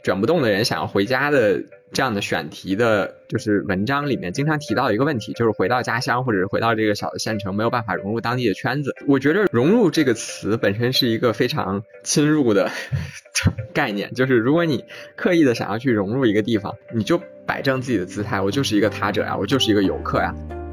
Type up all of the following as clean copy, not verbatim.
卷不动的人想要回家的这样的选题的就是文章里面经常提到的一个问题，就是回到家乡或者是回到这个小的县城没有办法融入当地的圈子。我觉得融入这个词本身是一个非常侵入的概念，就是如果你刻意的想要去融入一个地方，你就摆正自己的姿态，我就是一个他者呀，我就是一个游客呀。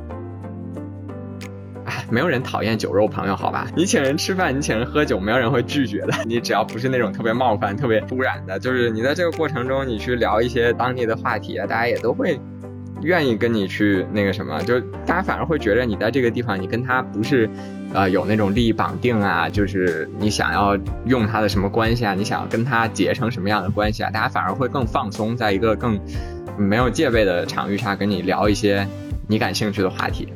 没有人讨厌酒肉朋友，好吧？你请人吃饭，你请人喝酒，没有人会拒绝的。你只要不是那种特别冒犯、特别突然的，就是你在这个过程中，你去聊一些当地的话题啊，大家也都会愿意跟你去那个什么，就大家反而会觉得你在这个地方，你跟他不是有那种利益绑定啊，就是你想要用他的什么关系啊，你想要跟他结成什么样的关系啊，大家反而会更放松，在一个更没有戒备的场域下跟你聊一些你感兴趣的话题。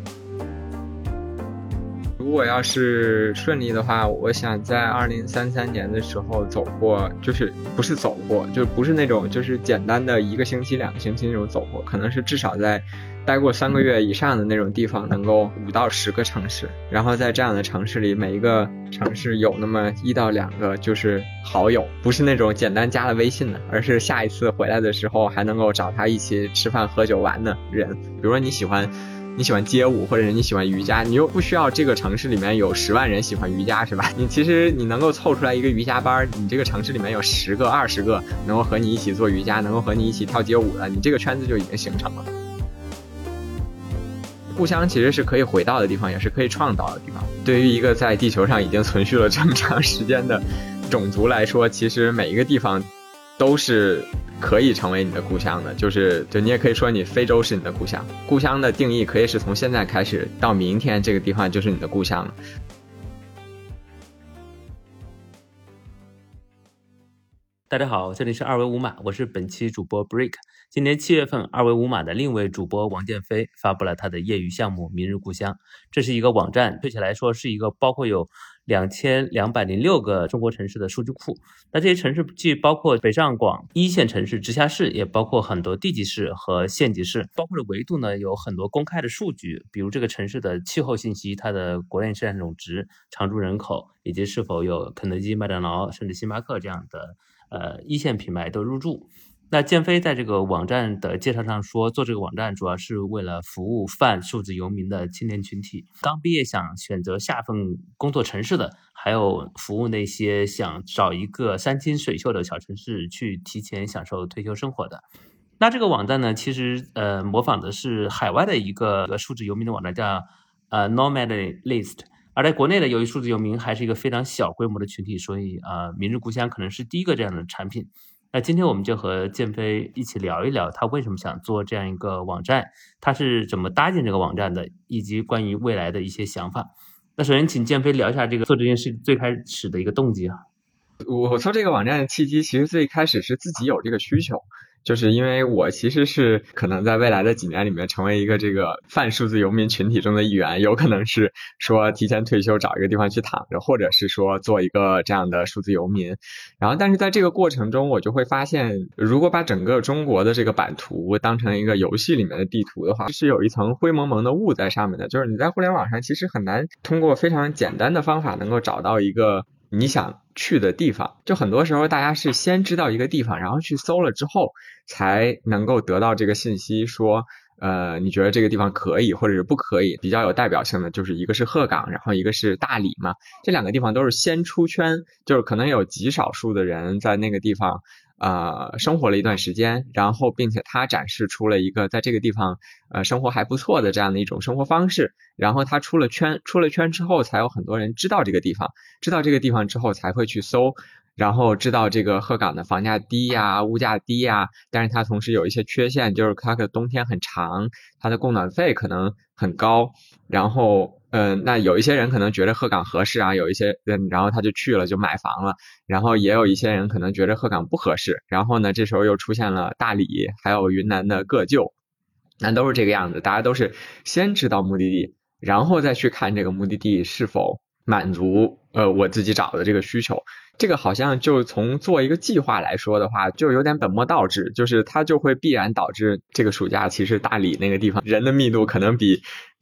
如果要是顺利的话，我想在2033年的时候走过，就是不是走过，就不是那种就是简单的1个星期2个星期那种走过，可能是至少在待过3个月以上的那种地方，能够5到10个城市，然后在这样的城市里，每一个城市有那么1到2个就是好友，不是那种简单加了微信的，而是下一次回来的时候还能够找他一起吃饭喝酒玩的人。比如说你喜欢街舞，或者是你喜欢瑜伽，你又不需要这个城市里面有10万人喜欢瑜伽，是吧？其实你能够凑出来一个瑜伽班，你这个城市里面有10个20个能够和你一起做瑜伽，能够和你一起跳街舞的，你这个圈子就已经形成了。故乡其实是可以回到的地方，也是可以创造的地方。对于一个在地球上已经存续了这么长时间的种族来说，其实每一个地方都是可以成为你的故乡的，就你也可以说你非洲是你的故乡。故乡的定义可以是从现在开始到明天，这个地方就是你的故乡了。 大家好，这里是二维五码，我是本期主播 Break。 今年7月份，二维五码的另一位主播王建飞发布了他的业余项目明日故乡。这是一个网站，确切来说是一个包括有2206个中国城市的数据库。那这些城市既包括北上广1线城市、直辖市，也包括很多地级市和县级市。包括的维度呢，有很多公开的数据，比如这个城市的气候信息、它的国内生产总值、常住人口，以及是否有肯德基、麦当劳甚至星巴克这样的1线品牌都入驻。那建飞在这个网站的介绍上说，做这个网站主要是为了服务泛数字游民的青年群体，刚毕业想选择下份工作城市的，还有服务那些想找一个山清水秀的小城市去提前享受退休生活的。那这个网站呢，其实模仿的是海外的一个数字游民的网站，叫Nomad List。而在国内的，由于数字游民还是一个非常小规模的群体，所以明日故乡可能是第一个这样的产品。那今天我们就和建飞一起聊一聊他为什么想做这样一个网站，他是怎么搭建这个网站的，以及关于未来的一些想法。那首先请建飞聊一下这个做这件事最开始的一个动机啊。 我做这个网站的契机，其实最开始是自己有这个需求，就是因为我其实是可能在未来的几年里面成为一个这个泛数字游民群体中的一员，有可能是说提前退休找一个地方去躺着，或者是说做一个这样的数字游民。然后但是在这个过程中，我就会发现，如果把整个中国的这个版图当成一个游戏里面的地图的话，是有一层灰蒙蒙的雾在上面的，就是你在互联网上其实很难通过非常简单的方法能够找到一个你想去的地方。就很多时候大家是先知道一个地方，然后去搜了之后才能够得到这个信息，说你觉得这个地方可以或者是不可以。比较有代表性的就是一个是鹤岗，然后一个是大理嘛，这2个地方都是先出圈，就是可能有极少数的人在那个地方生活了一段时间，然后并且他展示出了一个在这个地方生活还不错的这样的一种生活方式，然后他出了圈之后，才有很多人知道这个地方之后才会去搜，然后知道这个鹤岗的房价低呀，物价低呀，但是它同时有一些缺陷，就是它的冬天很长，它的供暖费可能很高，然后那有一些人可能觉得鹤岗合适啊，有一些人然后他就去了就买房了，然后也有一些人可能觉得鹤岗不合适，然后呢这时候又出现了大理还有云南的个旧，那都是这个样子，大家都是先知道目的地，然后再去看这个目的地是否满足我自己找的这个需求。这个好像就从做一个计划来说的话，就有点本末倒置，就是它就会必然导致这个暑假其实大理那个地方人的密度可能比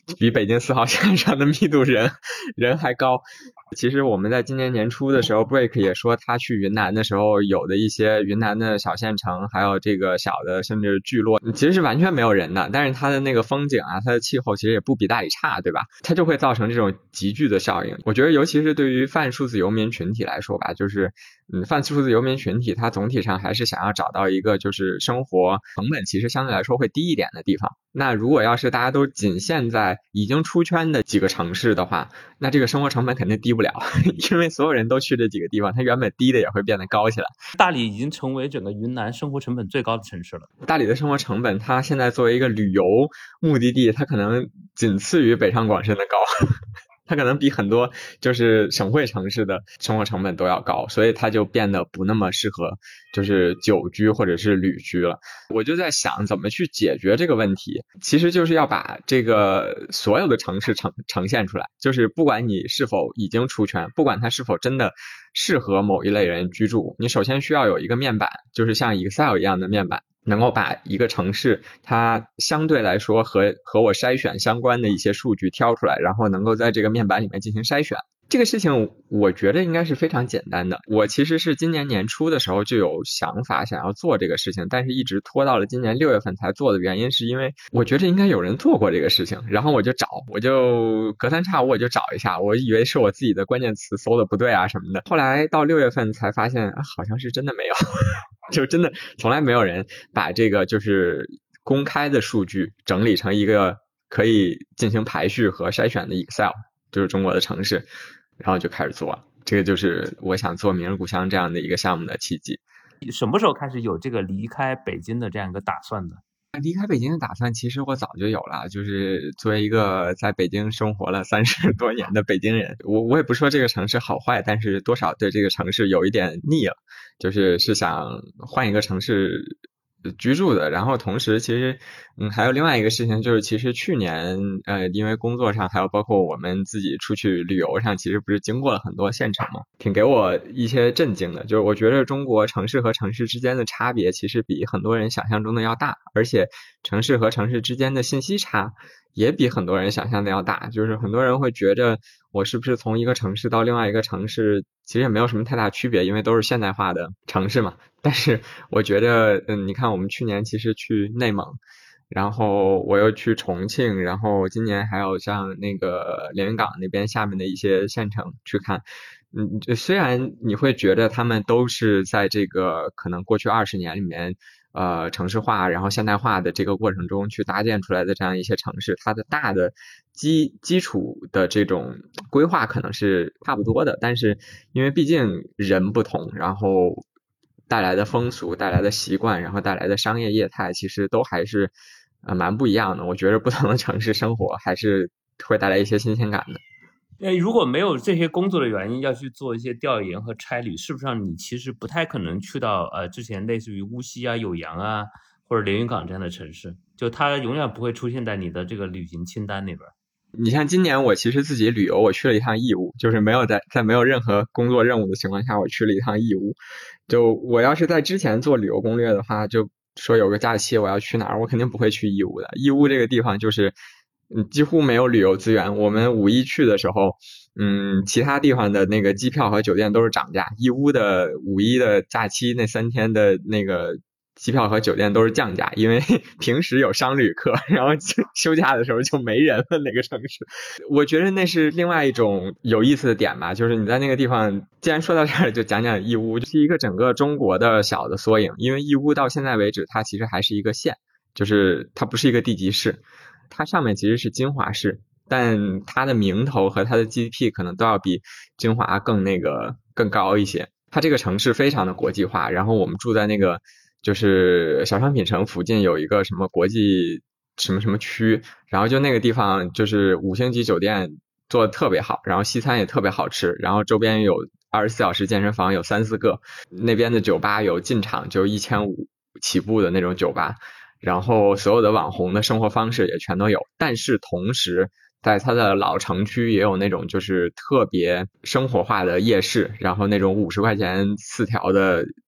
比北京4号线上的密度人还高。其实我们在今年年初的时候 Break 也说他去云南的时候，有的一些云南的小县城还有这个小的甚至聚落其实是完全没有人的，但是它的那个风景啊，它的气候其实也不比大理差，对吧？它就会造成这种集聚的效应。我觉得尤其是对于泛数字游民群体来说吧，就是泛数字游民群体它总体上还是想要找到一个就是生活成本其实相对来说会低一点的地方。那如果要是大家都仅限在已经出圈的几个城市的话，那这个生活成本肯定低不了，因为所有人都去这几个地方，它原本低的也会变得高起来。 大理已经成为整个云南生活成本最高的城市了。 大理的生活成本它现在作为一个旅游目的地，它可能仅次于北上广深的高它可能比很多就是省会城市的生活成本都要高，所以它就变得不那么适合就是久居或者是旅居了。我就在想怎么去解决这个问题，其实就是要把这个所有的城市呈现出来，就是不管你是否已经出圈，不管它是否真的适合某一类人居住，你首先需要有一个面板，就是像 Excel 一样的面板，能够把一个城市它相对来说和我筛选相关的一些数据挑出来，然后能够在这个面板里面进行筛选。这个事情我觉得应该是非常简单的。我其实是今年年初的时候就有想法想要做这个事情，但是一直拖到了今年6月份才做的原因是因为我觉得应该有人做过这个事情，然后我就隔三差五我就找一下，我以为是我自己的关键词搜的不对啊什么的，后来到6月份才发现好像是真的没有就真的从来没有人把这个就是公开的数据整理成一个可以进行排序和筛选的 Excel， 就是中国的城市，然后就开始做。这个就是我想做明日故乡这样的一个项目的契机。 什么时候开始有这个离开北京的这样一个打算的？ 离开北京的打算其实我早就有了，就是作为一个在北京生活了30多年的北京人，我也不说这个城市好坏，但是多少对这个城市有一点腻了，就是想换一个城市居住的。然后同时其实还有另外一个事情，就是其实去年因为工作上还有包括我们自己出去旅游上，其实不是经过了很多县城嘛，挺给我一些震惊的。就是我觉得中国城市和城市之间的差别其实比很多人想象中的要大，而且城市和城市之间的信息差也比很多人想象的要大。就是很多人会觉得我是不是从一个城市到另外一个城市其实也没有什么太大区别，因为都是现代化的城市嘛。但是我觉得你看我们去年其实去内蒙，然后我又去重庆，然后今年还有像那个连云港那边下面的一些县城去看。虽然你会觉得他们都是在这个可能过去20年里面城市化然后现代化的这个过程中去搭建出来的这样一些城市，它的大的基础的这种规划可能是差不多的，但是因为毕竟人不同，然后带来的风俗带来的习惯然后带来的商业业态其实都还是蛮不一样的。我觉得不同的城市生活还是会带来一些新鲜感的。 如果没有这些工作的原因要去做一些调研和差旅，是不是你其实不太可能去到之前类似于无锡啊、酉阳啊或者连云港这样的城市，就它永远不会出现在你的这个旅行清单里边。 你像今年我其实自己旅游，我去了一趟义乌，就是没有在没有任何工作任务的情况下我去了一趟义乌。就我要是在之前做旅游攻略的话，就说有个假期我要去哪儿，我肯定不会去义乌的。义乌这个地方就是几乎没有旅游资源。我们5·1去的时候其他地方的那个机票和酒店都是涨价，义乌的5·1的假期那3天的那个机票和酒店都是降价，因为平时有商旅客，然后休假的时候就没人了那个城市。我觉得那是另外一种有意思的点吧，就是你在那个地方，既然说到这儿就讲讲义乌，是一个整个中国的小的缩影。因为义乌到现在为止它其实还是一个县，就是它不是一个地级市，它上面其实是金华市，但它的名头和它的 GDP 可能都要比金华更高一些。它这个城市非常的国际化，然后我们住在那个就是小商品城附近有一个什么国际什么什么区，然后就那个地方就是5星级酒店做的特别好，然后西餐也特别好吃，然后周边有24小时健身房有3-4个，那边的酒吧有进场就1500起步的那种酒吧，然后所有的网红的生活方式也全都有。但是同时在它的老城区也有那种就是特别生活化的夜市，然后那种50块钱4条的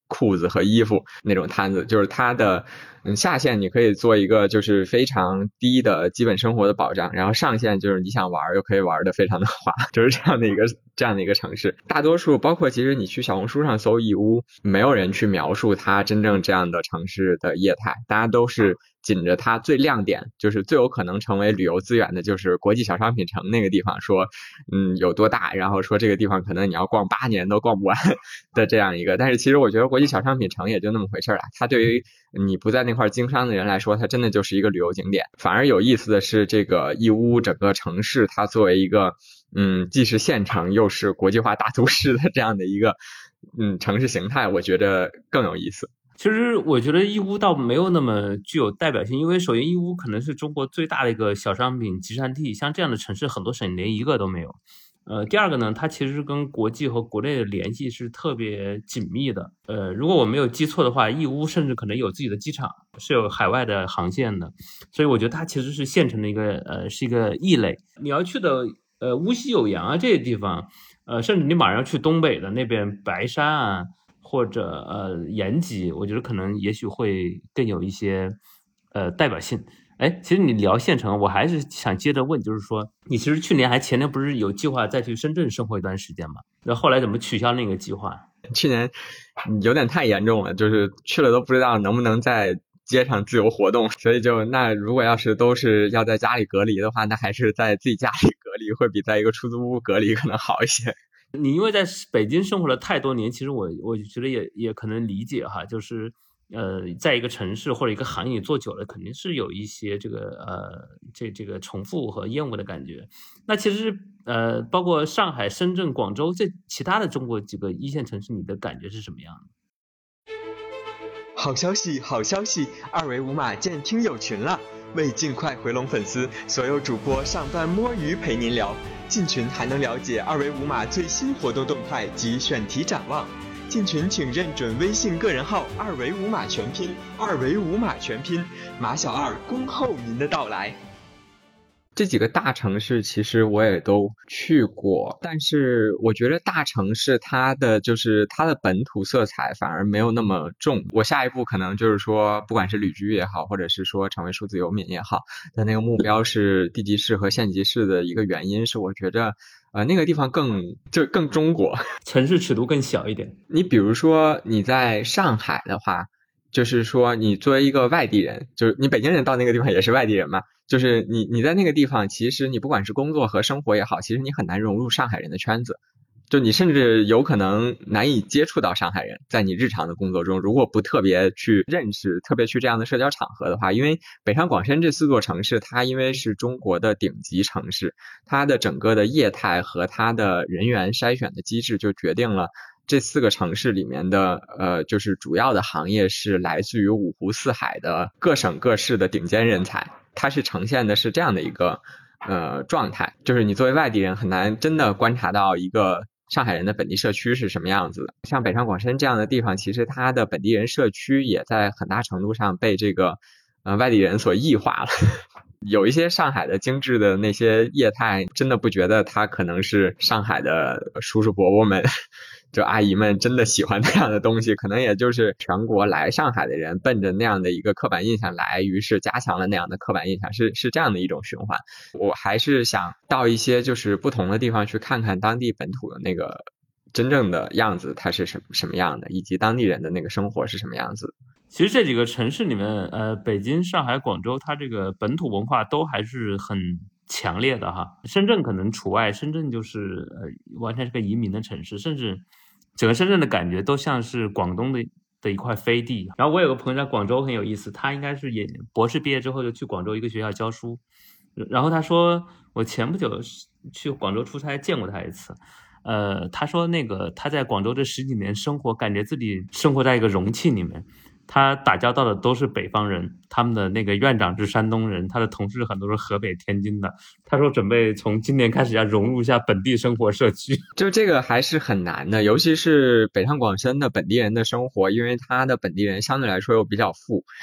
裤子和衣服那种摊子，就是它的下限你可以做一个就是非常低的基本生活的保障，然后上限就是你想玩又可以玩的非常的滑，就是这样的一个城市。大多数包括其实你去小红书上搜义乌，没有人去描述它真正这样的城市的业态，大家都是紧着它最亮点，就是最有可能成为旅游资源的，就是国际小商品城那个地方，说有多大，然后说这个地方可能你要逛8年都逛不完的这样一个。但是其实我觉得国际小商品城也就那么回事了，它对于你不在那块经商的人来说，它真的就是一个旅游景点。反而有意思的是，这个义乌整个城市，它作为一个既是县城又是国际化大都市的这样的一个城市形态，我觉得更有意思。 其实我觉得义乌倒没有那么具有代表性，因为首先义乌可能是中国最大的一个小商品集散地，像这样的城市很多省连一个都没有。第二个呢，它其实跟国际和国内的联系是特别紧密的。如果我没有记错的话，义乌甚至可能有自己的机场，是有海外的航线的，所以我觉得它其实是县城的是一个异类。你要去的无锡酉阳啊这些地方，甚至你马上去东北的那边白山啊，或者延吉，我觉得可能也许会更有一些代表性。其实你聊县城，我还是想接着问，就是说你其实去年还前年不是有计划再去深圳生活一段时间吗？那后来怎么取消那个计划？ 去年有点太严重了，就是去了都不知道能不能在街上自由活动，所以那如果要是都是要在家里隔离的话，那还是在自己家里隔离会比在一个出租屋隔离可能好一些。 你因为在北京生活了太多年，其实我觉得也可能理解哈，就是在一个城市或者一个行业做久了，肯定是有一些这个重复和厌恶的感觉。那其实包括上海、深圳、广州这其他的中国几个一线城市，你的感觉是什么样的？ 好消息，好消息！二维码建听友群了。为尽快回笼粉丝，所有主播上班摸鱼陪您聊。进群还能了解二维码最新活动动态及选题展望。进群请认准微信个人号二维码全拼，二维码全拼，马小二恭候您的到来。 这几个大城市其实我也都去过，但是我觉得大城市它的本土色彩反而没有那么重。我下一步可能就是说，不管是旅居也好，或者是说成为数字游民也好，的那个目标是地级市和县级市的一个原因是，我觉得那个地方更中国， 城市尺度更小一点。 你比如说你在上海的话，就是说你作为一个外地人，就是你北京人到那个地方也是外地人嘛，就是你在那个地方，其实你不管是工作和生活也好，其实你很难融入上海人的圈子，就你甚至有可能难以接触到上海人，在你日常的工作中，如果不特别去认识，特别去这样的社交场合的话，因为北上广深这4座城市，它因为是中国的顶级城市，它的整个的业态和它的人员筛选的机制就决定了这4个城市里面的就是主要的行业是来自于五湖四海的各省各市的顶尖人才，它是呈现的是这样的一个状态，就是你作为外地人很难真的观察到一个上海人的本地社区是什么样子的。像北上广深这样的地方，其实它的本地人社区也在很大程度上被这个外地人所异化了。有一些上海的精致的那些业态，真的不觉得它可能是上海的叔叔伯伯们就阿姨们真的喜欢那样的东西，可能也就是全国来上海的人奔着那样的一个刻板印象来，于是加强了那样的刻板印象，是这样的一种循环。我还是想到一些就是不同的地方去看看当地本土的那个真正的样子，它是什么样的，以及当地人的那个生活是什么样子。 其实这几个城市里面，北京、上海、广州，它这个本土文化都还是很强烈的哈。深圳可能除外，深圳就是完全是个移民的城市，甚至整个深圳的感觉都像是广东的一块飞地。然后我有个朋友在广州很有意思，他应该是也博士毕业之后就去广州一个学校教书，然后他说我前不久去广州出差见过他一次。他说那个他在广州这10几年生活，感觉自己生活在一个容器里面。他打交道的都是北方人，他们的那个院长是山东人，他的同事很多是河北、天津的。他说准备从今年开始要融入一下本地生活社区。 就这个还是很难的，尤其是北上广深的本地人的生活，因为他的本地人相对来说又比较富，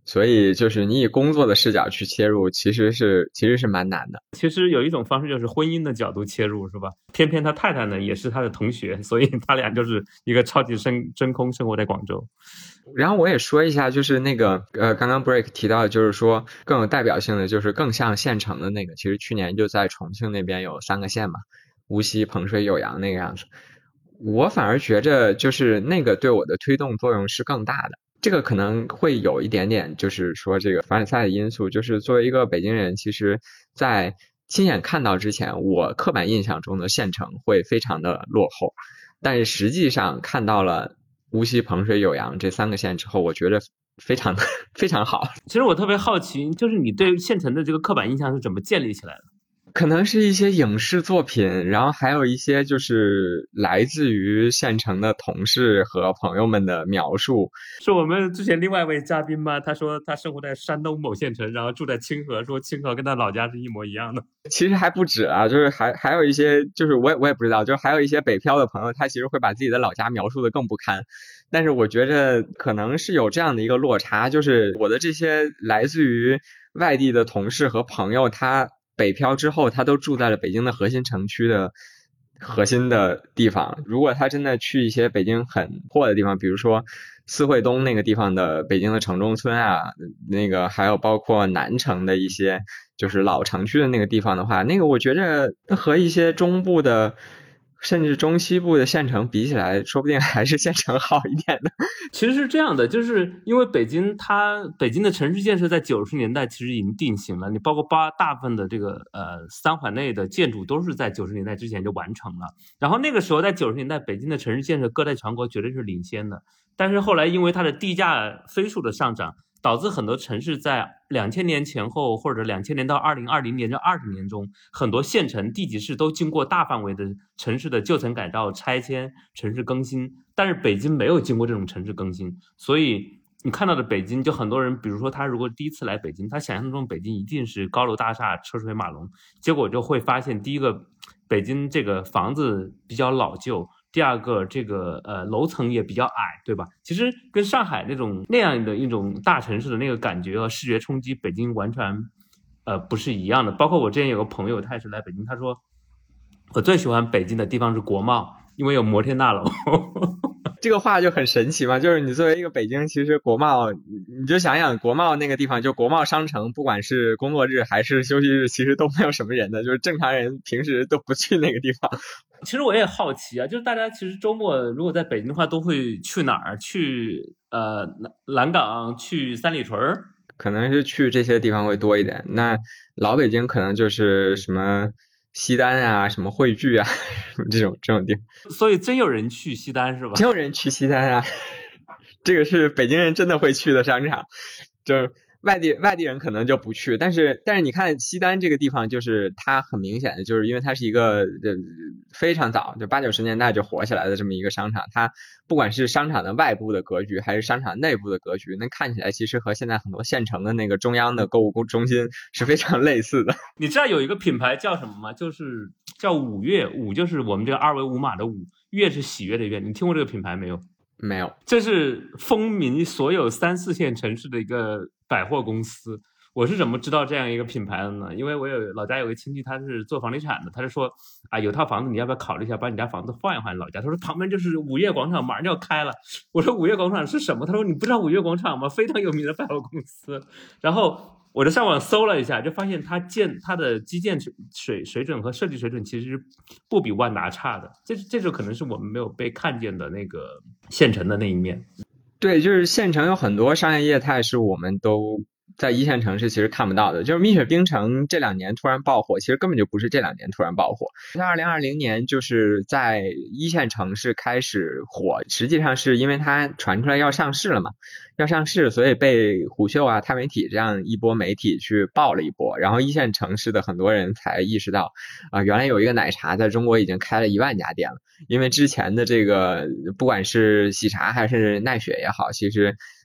所以就是你以工作的视角去切入，其实是蛮难的。 其实有一种方式就是婚姻的角度切入，是吧？偏偏他太太呢也是他的同学，所以他俩就是一个超级真空生活在广州。 然后我也说一下，就是那个刚刚 Break 提到，就是说更有代表性的，就是更像县城的那个，其实去年就在重庆那边有3个县嘛，无锡、彭水、酉阳那个样子。我反而觉着就是那个对我的推动作用是更大的。这个可能会有一点点就是说这个凡尔赛的因素，就是作为一个北京人，其实在亲眼看到之前，我刻板印象中的县城会非常的落后，但是实际上看到了无锡、彭水、酉阳这3个县之后，我觉得非常好。 其实我特别好奇，就是你对县城的这个刻板印象是怎么建立起来的？ 可能是一些影视作品，然后还有一些就是来自于县城的同事和朋友们的描述。 是我们之前另外一位嘉宾吗？他说他生活在山东某县城，然后住在清河，说清河跟他老家是一模一样的。 其实还不止啊，就是还有一些，就是我也不知道，就是还有一些北漂的朋友，他其实会把自己的老家描述的更不堪。但是我觉得可能是有这样的一个落差，就是我的这些来自于外地的同事和朋友，他北漂之后，他都住在了北京的核心城区的核心的地方。如果他真的去一些北京很破的地方，比如说四惠东那个地方的北京的城中村啊，那个还有包括南城的一些就是老城区的那个地方的话，那个我觉着和一些中部的甚至中西部的县城比起来，说不定还是县城好一点的。 其实是这样的，就是因为北京的城市建设在90年代其实已经定型了，你包括大部分的这个三环内的建筑都是在90年代之前就完成了。然后那个时候在90年代，北京的城市建设搁在全国绝对是领先的。但是后来因为它的地价飞速的上涨，导致很多城市在2000年前后或者2000年到2020年这20年中，很多县城地级市都经过大范围的城市的旧城改造、拆迁、城市更新，但是北京没有经过这种城市更新，所以你看到的北京，就很多人比如说他如果第一次来北京，他想象中北京一定是高楼大厦、车水马龙，结果就会发现，第一个北京这个房子比较老旧，第二个这个楼层也比较矮，对吧？其实跟上海那样的一种大城市的那个感觉和视觉冲击，北京完全不是一样的。包括我之前有个朋友，他也是来北京，他说我最喜欢北京的地方是国贸，因为有摩天大楼。 这个话就很神奇嘛，就是你作为一个北京，其实国贸，你就想想国贸那个地方，就国贸商城，不管是工作日还是休息日，其实都没有什么人的，就是正常人平时都不去那个地方。 其实我也好奇啊，就是大家其实周末如果在北京的话，都会去哪儿？去蓝港，去三里屯？ 可能是去这些地方会多一点。那老北京可能就是什么西单啊，什么汇聚啊，这种地方。 所以真有人去西单是吧？ 真有人去西单啊，这个是北京人真的会去的商场，就是外地人可能就不去，但是你看西单这个地方，就是它很明显的就是因为它是一个非常早就80、90年代就火起来的这么一个商场，它不管是商场的外部的格局还是商场内部的格局，那看起来其实和现在很多县城的那个中央的购物中心是非常类似的。 你知道有一个品牌叫什么吗？就是叫五月，五就是我们这个2维5码的5，月是喜悦的月，你听过这个品牌没有？ 没有。 这是风靡所有3、4线城市的一个百货公司。我是怎么知道这样一个品牌的呢？因为我老家有个亲戚，他是做房地产的，他就说啊，有套房子你要不要考虑一下，把你家房子换一换老家。他说旁边就是五月广场，马上就要开了。我说五月广场是什么？他说你不知道五月广场吗？非常有名的百货公司。然后我就上网搜了一下，就发现它的基建水准和设计水准其实不比万达差的。这就可能是我们没有被看见的那个县城的那一面。 对，就是县城有很多商业业态是我们都在一线城市其实看不到的，就是蜜雪冰城这2年突然爆火，其实根本就不是这2年突然爆火。在2020年就是在一线城市开始火，实际上是因为它传出来要上市了嘛，要上市，所以被虎嗅啊、钛媒体这样一波媒体去爆了一波，然后一线城市的很多人才意识到原来有一个奶茶在中国已经开了1万家店了。因为之前的这个不管是喜茶还是奈雪也好，其实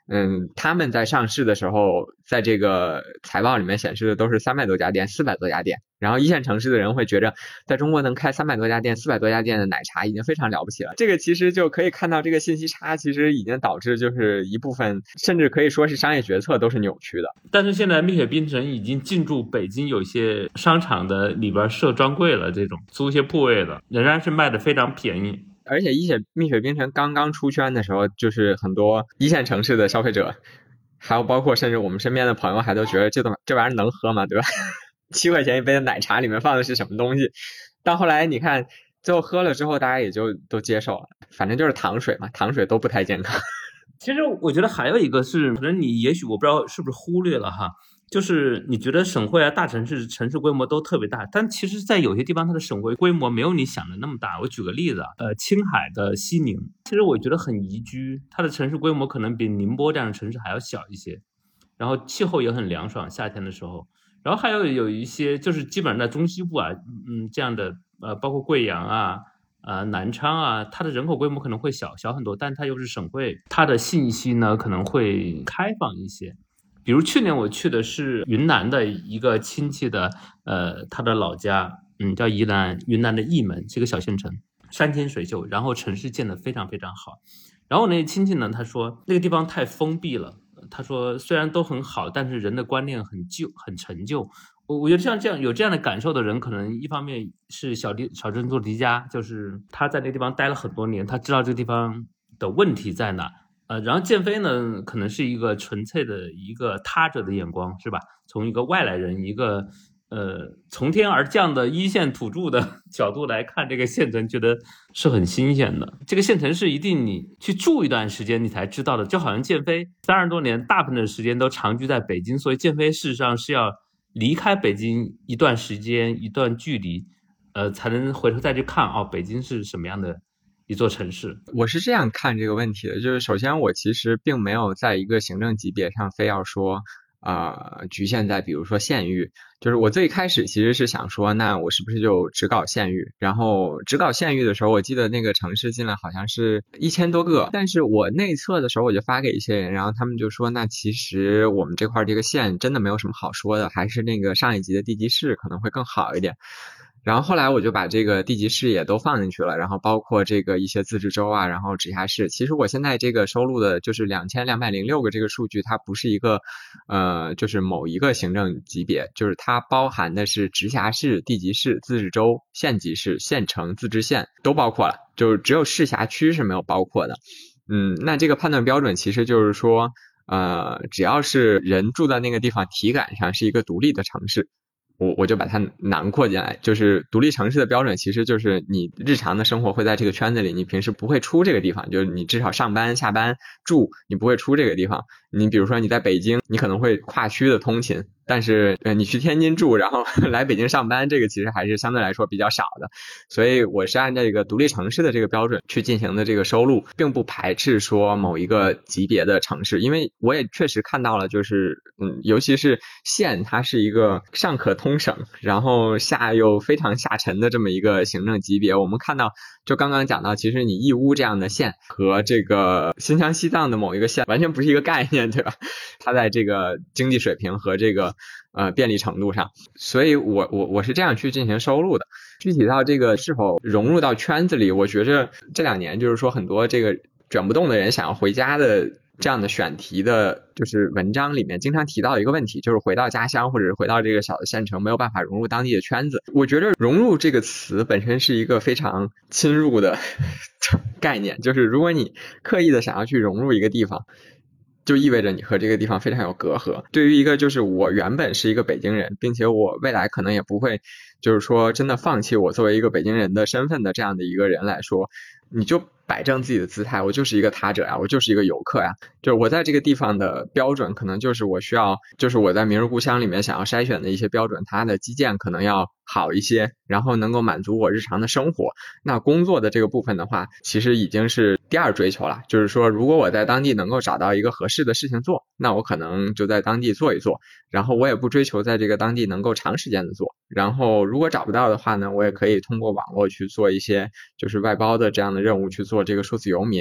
他们在上市的时候，在这个财报里面显示的都是300多家店、400多家店，然后一线城市的人会觉着，在中国能开300多家店、400多家店的奶茶已经非常了不起了。这个其实就可以看到，这个信息差其实已经导致就是一部分，甚至可以说是商业决策都是扭曲的。 但是现在蜜雪冰城已经进驻北京有些商场的里边设专柜了，这种租一些铺位的，仍然是卖的非常便宜。 而且蜜雪冰城刚刚出圈的时候，就是很多一线城市的消费者，还有包括甚至我们身边的朋友还都觉得这玩意儿能喝吗？对吧？7块钱一杯的奶茶里面放的是什么东西？到后来你看最后喝了之后，大家也就都接受了，反正就是糖水嘛，糖水都不太健康。 其实我觉得还有一个是，可能你也许我不知道是不是忽略了哈，就是你觉得省会啊、大城市、城市规模都特别大，但其实在有些地方它的省会规模没有你想的那么大。我举个例子啊，青海的西宁，其实我觉得很宜居，它的城市规模可能比宁波这样的城市还要小一些，然后气候也很凉爽，夏天的时候。然后还有一些就是基本上在中西部啊，这样的包括贵阳啊。南昌啊，它的人口规模可能会小很多，但它又是省会，它的信息呢可能会开放一些。比如去年我去的是云南的一个亲戚的，他的老家，叫云南的义门，是一个小县城，山清水秀，然后城市建得非常非常好。然后那亲戚呢，他说那个地方太封闭了，他说虽然都很好，但是人的观念很旧，很陈旧。我觉得像这样有这样的感受的人，可能一方面是小镇做题家，就是他在那个地方待了很多年，他知道这个地方的问题在哪。然后建飞呢，可能是一个纯粹的一个他者的眼光，是吧？从一个外来人，一个从天而降的一线土著的角度来看这个县城，觉得是很新鲜的。这个县城是一定你去住一段时间你才知道的，就好像建飞30多年大部分的时间都长居在北京，所以建飞事实上是要离开北京一段时间、一段距离，才能回头再去看北京是什么样的一座城市。 我是这样看这个问题的，就是首先我其实并没有在一个行政级别上非要说局限在比如说县域，就是我最开始其实是想说，那我是不是就只搞县域？然后只搞县域的时候，我记得那个城市进来好像是1000多个，但是我内测的时候我就发给一些人，然后他们就说，那其实我们这块这个县真的没有什么好说的，还是那个上一级的地级市可能会更好一点。然后后来我就把这个地级市也都放进去了，然后包括这个一些自治州啊，然后直辖市。其实我现在这个收录的就是2206个这个数据，它不是一个就是某一个行政级别，就是它包含的是直辖市、地级市、自治州、县级市、县城、自治县都包括了，就是只有市辖区是没有包括的。那这个判断标准其实就是说只要是人住在那个地方体感上是一个独立的城市，我就把它囊括进来。就是独立城市的标准其实就是你日常的生活会在这个圈子里，你平时不会出这个地方，就是你至少上班下班住你不会出这个地方。你比如说你在北京你可能会跨区的通勤，但是你去天津住然后来北京上班，这个其实还是相对来说比较少的。所以我是按这个独立城市的这个标准去进行的这个收录，并不排斥说某一个级别的城市。因为我也确实看到了，就是尤其是县它是一个上可通省，然后下又非常下沉的这么一个行政级别。我们看到就刚刚讲到，其实你义乌这样的县和这个新疆西藏的某一个县完全不是一个概念，对吧？它在这个经济水平和这个便利程度上，所以我是这样去进行收录的。具体到这个是否融入到圈子里，我觉着这2年就是说很多这个卷不动的人想要回家的这样的选题的就是文章里面经常提到一个问题，就是回到家乡或者是回到这个小的县城没有办法融入当地的圈子。我觉得融入这个词本身是一个非常侵入的概念，就是如果你刻意的想要去融入一个地方，就意味着你和这个地方非常有隔阂。对于一个就是我原本是一个北京人，并且我未来可能也不会就是说真的放弃我作为一个北京人的身份的这样的一个人来说，你就摆正自己的姿态，我就是一个他者呀，我就是一个游客呀。就是我在这个地方的标准可能就是我需要，就是我在明日故乡里面想要筛选的一些标准，它的基建可能要好一些，然后能够满足我日常的生活。那工作的这个部分的话，其实已经是第二追求了，就是说如果我在当地能够找到一个合适的事情做，那我可能就在当地做一做，然后我也不追求在这个当地能够长时间的做。然后如果找不到的话呢，我也可以通过网络去做一些就是外包的这样的任务，去做这个数字游民。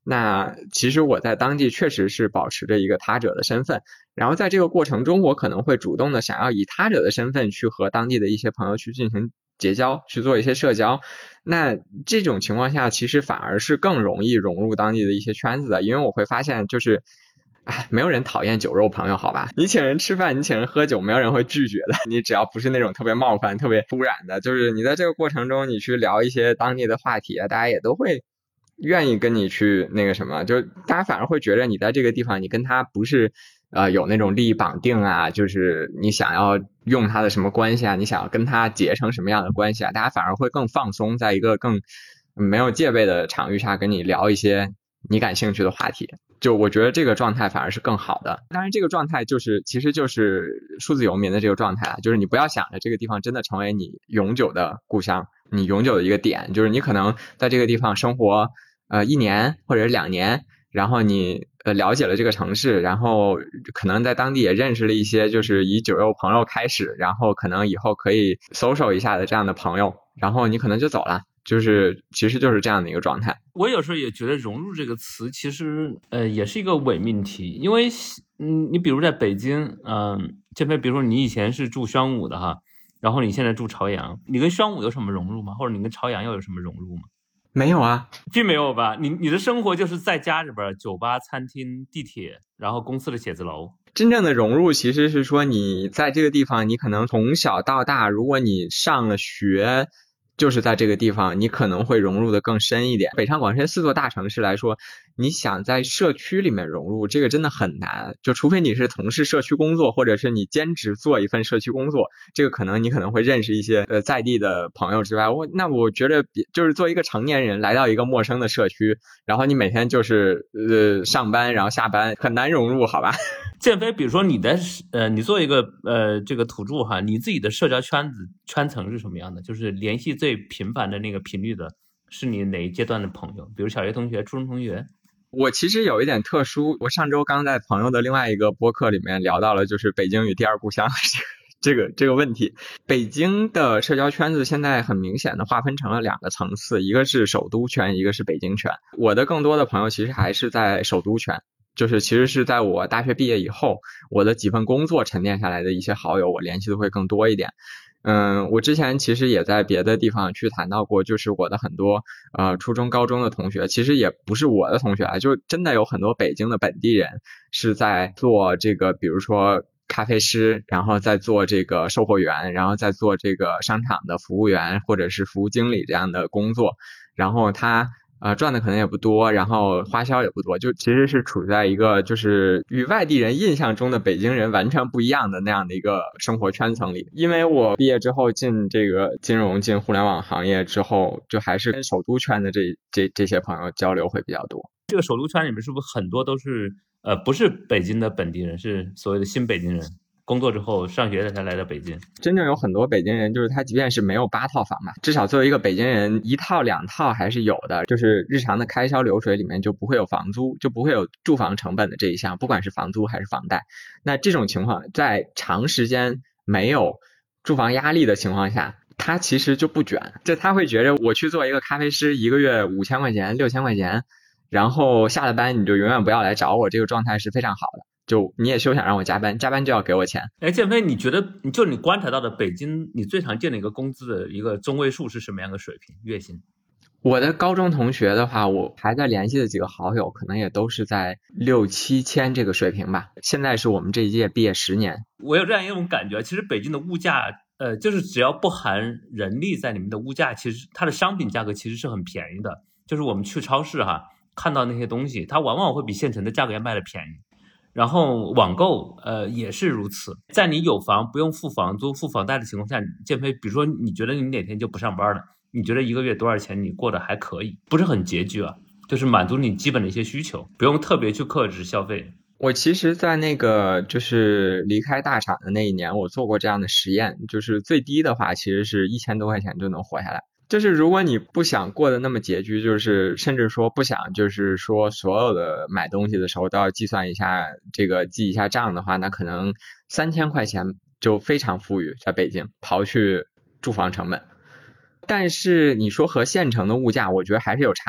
那其实我在当地确实是保持着一个他者的身份，然后在这个过程中，我可能会主动的想要以他者的身份去和当地的一些朋友去进行结交，去做一些社交。那这种情况下，其实反而是更容易融入当地的一些圈子的，因为我会发现就是没有人讨厌酒肉朋友，好吧？你请人吃饭，你请人喝酒，没有人会拒绝的。你只要不是那种特别冒犯、特别突然的，就是你在这个过程中，你去聊一些当地的话题啊，大家也都会愿意跟你去那个什么，就大家反而会觉得你在这个地方，你跟他不是有那种利益绑定啊，就是你想要用他的什么关系啊，你想要跟他结成什么样的关系啊，大家反而会更放松，在一个更没有戒备的场域下跟你聊一些你感兴趣的话题。就我觉得这个状态反而是更好的。当然这个状态其实就是数字游民的这个状态啊，就是你不要想着这个地方真的成为你永久的故乡，你永久的一个点，就是你可能在这个地方生活1年或者是2年，然后你了解了这个城市，然后可能在当地也认识了一些就是以酒肉朋友开始，然后可能以后可以 social 一下的这样的朋友，然后你可能就走了，其实就是这样的一个状态。 我有时候也觉得融入这个词其实也是一个伪命题，因为你比如在北京，这边比如说你以前是住宣武的哈，然后你现在住朝阳，你跟宣武有什么融入吗？或者你跟朝阳又有什么融入吗？ 没有啊， 并没有吧？你的生活就是在家里边，酒吧、餐厅、地铁，然后公司的写字楼。 真正的融入其实是说你在这个地方，你可能从小到大，如果你上了学就是在这个地方，你可能会融入的更深一点。北上广深4座大城市来说，你想在社区里面融入，这个真的很难，就除非你是从事社区工作，或者是你兼职做一份社区工作，这个可能你可能会认识一些在地的朋友之外，我觉得就是做一个成年人来到一个陌生的社区，然后你每天就是上班然后下班，很难融入，好吧？ 建飞，比如说你作为一个这个土著哈，你自己的社交圈层是什么样的？就是联系最频繁的那个频率的是你哪一阶段的朋友？比如小学同学、初中同学？ 我其实有一点特殊，我上周刚在朋友的另外一个播客里面聊到了就是北京与第二故乡这个问题。北京的社交圈子现在很明显的划分成了2个层次，一个是首都圈，一个是北京圈。我的更多的朋友其实还是在首都圈，就是其实是在我大学毕业以后，我的几份工作沉淀下来的一些好友，我联系的会更多一点。我之前其实也在别的地方去谈到过，就是我的很多初中高中的同学，其实也不是我的同学啊，就真的有很多北京的本地人是在做这个，比如说咖啡师，然后在做这个售货员，然后在做这个商场的服务员或者是服务经理这样的工作，然后他赚的可能也不多，然后花销也不多，就其实是处在一个就是与外地人印象中的北京人完全不一样的那样的一个生活圈层里。因为我毕业之后进这个金融、进互联网行业之后，就还是跟首都圈的这些朋友交流会比较多。 这个首都圈里面是不是很多都是不是北京的本地人，是所谓的新北京人？工作之后上学才来到北京。 真正有很多北京人，就是他即便是没有8套房嘛，至少作为一个北京人1套2套还是有的，就是日常的开销流水里面就不会有房租，就不会有住房成本的这一项，不管是房租还是房贷。那这种情况在长时间没有住房压力的情况下，他其实就不卷，就他会觉得我去做一个咖啡师，1个月5000块钱6000块钱，然后下了班你就永远不要来找我，这个状态是非常好的。就你也休想让我加班，加班就要给我钱。 建飞，你觉得就你观察到的北京，你最常见的一个工资的一个中位数是什么样的水平？月薪？ 我的高中同学的话，我还在联系的几个好友，可能也都是在6、7千这个水平吧。现在是我们这一届毕业10年。 我有这样一种感觉，其实北京的物价，就是只要不含人力在里面的物价，其实它的商品价格其实是很便宜的。就是我们去超市哈，看到那些东西，它往往会比现成的价格要卖的便宜。然后网购也是如此，在你有房不用付房租付房贷的情况下，建飞，比如说你觉得你哪天就不上班了，你觉得1个月多少钱你过得还可以，不是很拮据啊，就是满足你基本的一些需求，不用特别去克制消费。 我其实在那个就是离开大厂的那一年，我做过这样的实验，就是最低的话其实是1000多块钱就能活下来。就是如果你不想过得那么拮据，就是甚至说不想就是说所有的买东西的时候都要计算一下这个记一下账的话，那可能3000块钱就非常富裕，在北京刨去住房成本。但是你说和县城的物价，我觉得还是有差异的。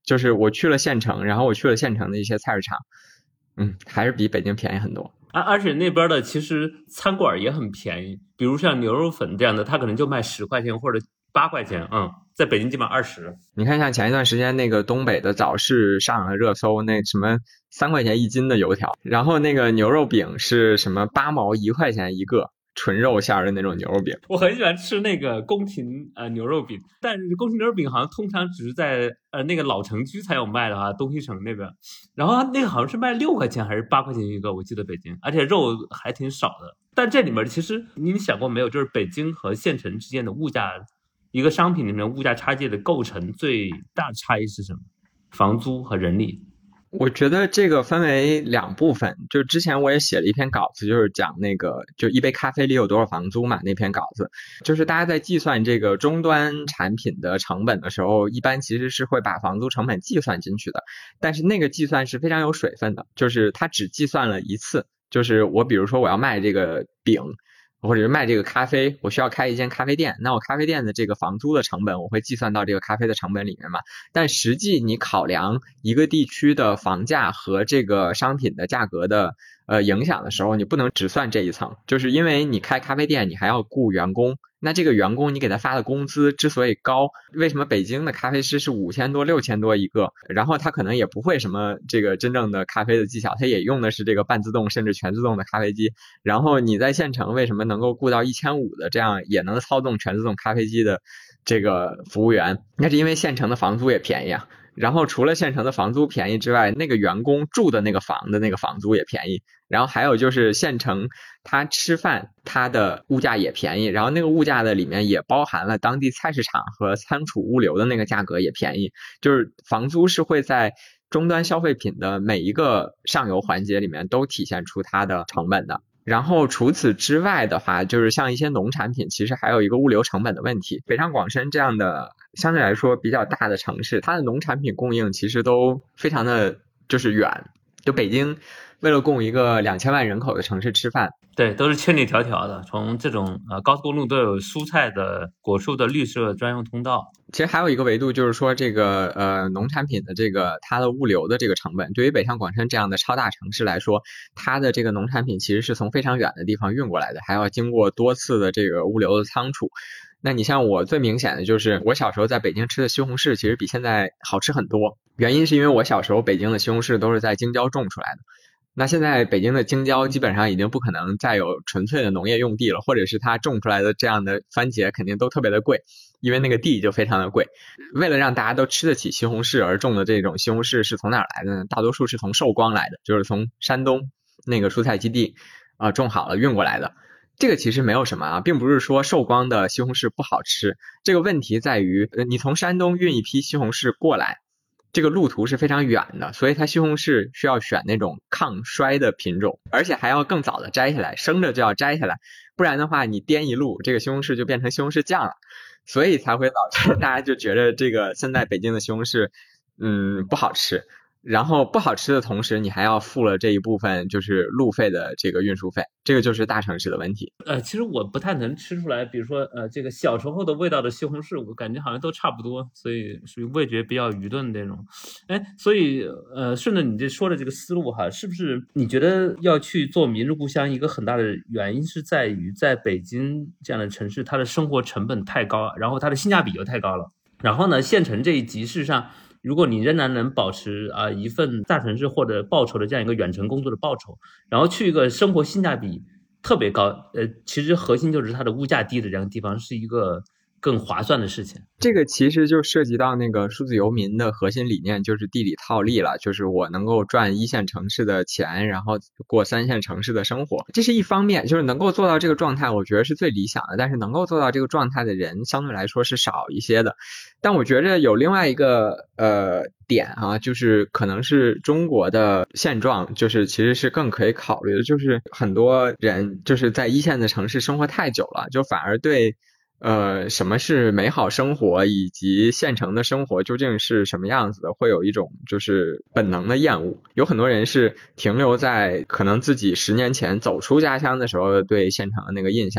就是我去了县城，然后我去了县城的一些菜市场，还是比北京便宜很多。 而且那边的其实餐馆也很便宜，比如像牛肉粉这样的，它可能就卖10块钱或者8块钱，在北京基本上20。 你看，像前一段时间那个东北的早市上了热搜，那什么3块钱1斤的油条，然后那个牛肉饼是什么8毛1块钱一个。纯肉馅的那种牛肉饼， 我很喜欢吃那个宫廷牛肉饼，但是宫廷牛肉饼好像通常只是在那个老城区才有卖的东西城那边，然后那个好像是卖6块钱还是8块钱一个，我记得北京，而且肉还挺少的。但这里面其实你想过没有，就是北京和县城之间的物价，一个商品里面物价差距的构成最大的差异是什么？房租和人力。 我觉得这个分为2部分，就之前我也写了一篇稿子，就是讲那个就一杯咖啡里有多少房租嘛，那篇稿子就是大家在计算这个终端产品的成本的时候，一般其实是会把房租成本计算进去的，但是那个计算是非常有水分的，就是它只计算了一次，就是我比如说我要卖这个饼或者是卖这个咖啡，我需要开一间咖啡店，那我咖啡店的这个房租的成本我会计算到这个咖啡的成本里面嘛，但实际你考量一个地区的房价和这个商品的价格的影响的时候，你不能只算这一层，就是因为你开咖啡店你还要雇员工，那这个员工你给他发的工资之所以高，为什么北京的咖啡师是5000多6000多一个，然后他可能也不会什么这个真正的咖啡的技巧，他也用的是这个半自动甚至全自动的咖啡机，然后你在县城为什么能够雇到1500的这样也能操纵全自动咖啡机的这个服务员，那是因为县城的房租也便宜啊，然后除了县城的房租便宜之外，那个员工住的那个房的那个房租也便宜，然后还有就是县城他吃饭他的物价也便宜，然后那个物价的里面也包含了当地菜市场和仓储物流的那个价格也便宜，就是房租是会在终端消费品的每一个上游环节里面都体现出它的成本的。然后除此之外的话，就是像一些农产品其实还有一个物流成本的问题，北上广深这样的相对来说比较大的城市，它的农产品供应其实都非常的就是远，就北京为了供一个2000万人口的城市吃饭， 对，都是千里迢迢的，从这种高速公路都有蔬菜的果树的绿色专用通道。 其实还有一个维度就是说这个农产品的这个它的物流的这个成本，对于北上广深这样的超大城市来说，它的这个农产品其实是从非常远的地方运过来的，还要经过多次的这个物流的仓储。那你像我最明显的就是我小时候在北京吃的西红柿其实比现在好吃很多，原因是因为我小时候北京的西红柿都是在京郊种出来的，那现在北京的京郊基本上已经不可能再有纯粹的农业用地了，或者是它种出来的这样的番茄肯定都特别的贵，因为那个地就非常的贵。为了让大家都吃得起西红柿而种的这种西红柿是从哪儿来的呢？大多数是从寿光来的，就是从山东那个蔬菜基地种好了运过来的。这个其实没有什么并不是说寿光的西红柿不好吃，这个问题在于你从山东运一批西红柿过来，这个路途是非常远的，所以它西红柿需要选那种抗衰的品种，而且还要更早的摘下来，生着就要摘下来，不然的话你颠一路，这个西红柿就变成西红柿酱了，所以才会导致大家就觉得这个现在北京的西红柿不好吃，然后不好吃的同时你还要付了这一部分就是路费的这个运输费，这个就是大城市的问题。 其实我不太能吃出来，比如说这个小时候的味道的西红柿，我感觉好像都差不多，所以属于味觉比较愚钝的那种。所以顺着你这说的这个思路哈，是不是你觉得要去做明日故乡一个很大的原因是在于在北京这样的城市，它的生活成本太高，然后它的性价比又太高了，然后呢县城这一级事实上如果你仍然能保持一份大城市或者报酬的这样一个远程工作的报酬，然后去一个生活性价比特别高，其实核心就是它的物价低的这样的地方是一个更划算的事情。 这个其实就涉及到那个数字游民的核心理念，就是地理套利了，就是我能够赚1线城市的钱，然后过3线城市的生活，这是一方面，就是能够做到这个状态我觉得是最理想的，但是能够做到这个状态的人相对来说是少一些的。但我觉得有另外一个点就是可能是中国的现状，就是其实是更可以考虑的，就是很多人就是在1线的城市生活太久了，就反而对什么是美好生活以及县城的生活究竟是什么样子的，会有一种就是本能的厌恶。有很多人是停留在可能自己10年前走出家乡的时候对县城的那个印象，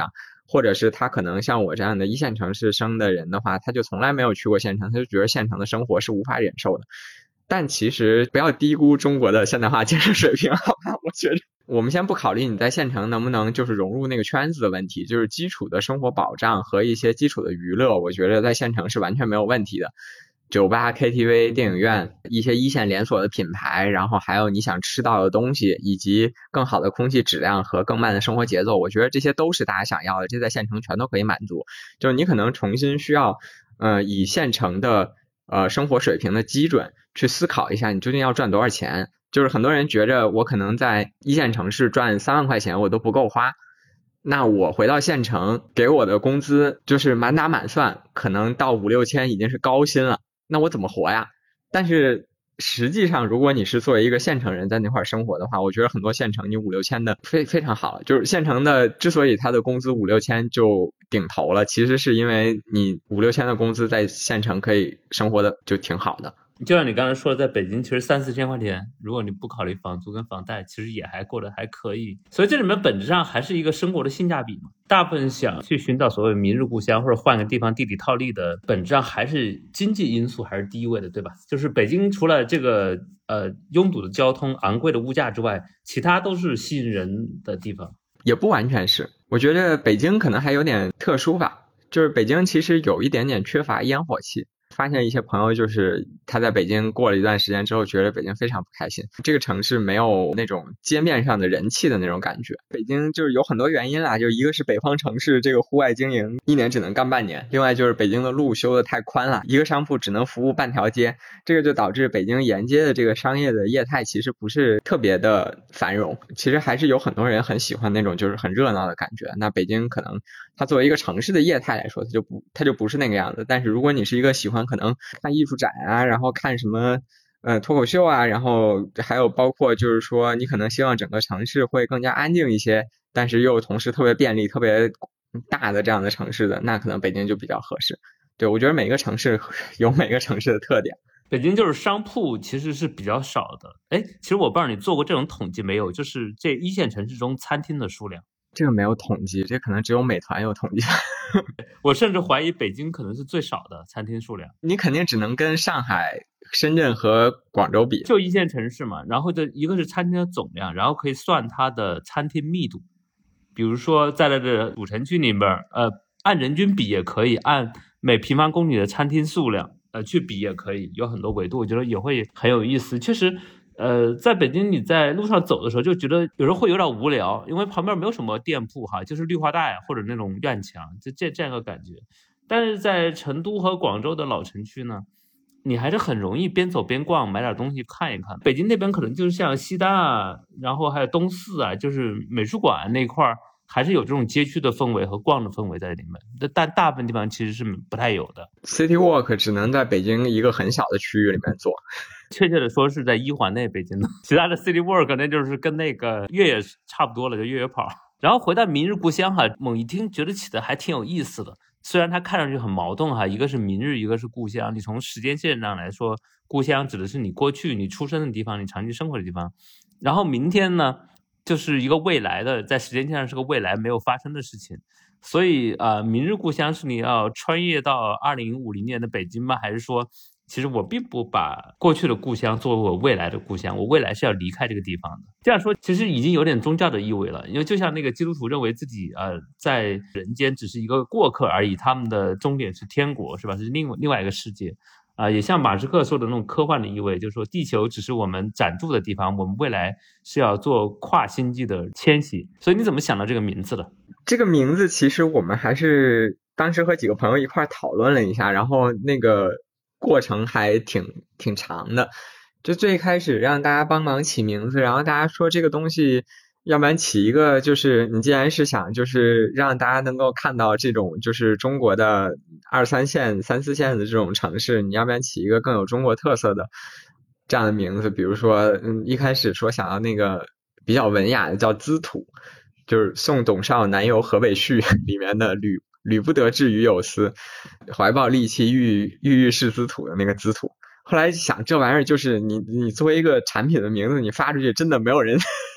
或者是他可能像我这样的一线城市生的人的话，他就从来没有去过县城，他就觉得县城的生活是无法忍受的。但其实不要低估中国的现代化建设水平，好吧？我觉得我们先不考虑你在县城能不能就是融入那个圈子的问题，就是基础的生活保障和一些基础的娱乐，我觉得在县城是完全没有问题的。酒吧、KTV、电影院，一些一线连锁的品牌，然后还有你想吃到的东西，以及更好的空气质量和更慢的生活节奏，我觉得这些都是大家想要的，这在县城全都可以满足。就是你可能重新需要以县城的生活水平的基准去思考一下你究竟要赚多少钱。就是很多人觉着我可能在一线城市赚3万块钱我都不够花，那我回到县城给我的工资就是满打满算可能到5-6千已经是高薪了，那我怎么活呀？但是实际上如果你是作为一个县城人在那块生活的话，我觉得很多县城你5-6千的非常好。就是县城的之所以他的工资5-6千就顶头了，其实是因为你5-6千的工资在县城可以生活的就挺好的。 就像你刚才说的，在北京其实3-4千块钱，如果你不考虑房租跟房贷，其实也还过得还可以。所以这里面本质上还是一个生活的性价比嘛。大部分想去寻找所谓明日故乡或者换个地方地理套利的，本质上还是经济因素还是第一位的，对吧？就是北京除了这个拥堵的交通、昂贵的物价之外，其他都是吸引人的地方。 也不完全是，我觉得北京可能还有点特殊吧，就是北京其实有一点点缺乏烟火气。发现一些朋友就是他在北京过了一段时间之后觉得北京非常不开心，这个城市没有那种街面上的人气的那种感觉。北京就是有很多原因啦，就一个是北方城市这个户外经营1年只能干半年，另外就是北京的路修得太宽了，一个商铺只能服务半条街，这个就导致北京沿街的这个商业的业态其实不是特别的繁荣。其实还是有很多人很喜欢那种就是很热闹的感觉，那北京可能它作为一个城市的业态来说它就不是那个样子。但是如果你是一个喜欢可能看艺术展啊，然后看什么脱口秀啊，然后还有包括就是说你可能希望整个城市会更加安静一些，但是又同时特别便利特别大的这样的城市的，那可能北京就比较合适。对，我觉得每个城市有每个城市的特点。 北京就是商铺其实是比较少的。其实我不知道你做过这种统计没有，就是这一线城市中餐厅的数量。 这个没有统计，这可能只有美团有统计。 我甚至怀疑北京可能是最少的餐厅数量。 你肯定只能跟上海、深圳和广州比， 就一线城市嘛。然后一个是餐厅的总量，然后可以算它的餐厅密度。比如说在这主城区里面，按人均比也可以，按每平方公里的餐厅数量去比也可以，有很多维度，我觉得也会很有意思。确实在北京你在路上走的时候就觉得有时候会有点无聊，因为旁边没有什么店铺哈，就是绿化带或者那种院墙，就这样一个感觉。但是在成都和广州的老城区呢，你还是很容易边走边逛，买点东西看一看。北京那边可能就是像西单啊，然后还有东四啊，就是美术馆那块儿，还是有这种街区的氛围和逛的氛围在里面，但大部分地方其实是不太有的。 City Walk 只能在北京一个很小的区域里面做， 确切的说是在1环内北京的，其他的 City Walk 那就是跟那个越野差不多了，就越野跑。然后回到明日故乡哈，猛一听觉得起的还挺有意思的，虽然它看上去很矛盾哈，一个是明日，一个是故乡。你从时间线上来说，故乡指的是你过去你出生的地方，你长期生活的地方，然后明天呢就是一个未来的，在时间线上是个未来没有发生的事情。所以明日故乡是你要穿越到2050年的北京吗？还是说其实我并不把过去的故乡作为我未来的故乡，我未来是要离开这个地方的。这样说其实已经有点宗教的意味了，因为就像那个基督徒认为自己在人间只是一个过客而已，他们的终点是天国，是吧？是另外一个世界。也像马斯克说的那种科幻的意味，就是说地球只是我们暂住的地方，我们未来是要做跨星际的迁徙。所以你怎么想到这个名字的？ 这个名字其实我们还是当时和几个朋友一块讨论了一下，然后那个过程还挺长的。就最开始让大家帮忙起名字，然后大家说这个东西要不然起一个，就是你既然是想就是让大家能够看到这种就是中国的2、3线、3、4线的这种城市，你要不然起一个更有中国特色的这样的名字。比如说一开始说想要那个比较文雅的叫资土，就是送董少南游河北序里面的吕不得志于有司，怀抱戾气郁是资土的那个资土。后来想这玩意儿就是你作为一个产品的名字你发出去真的没有人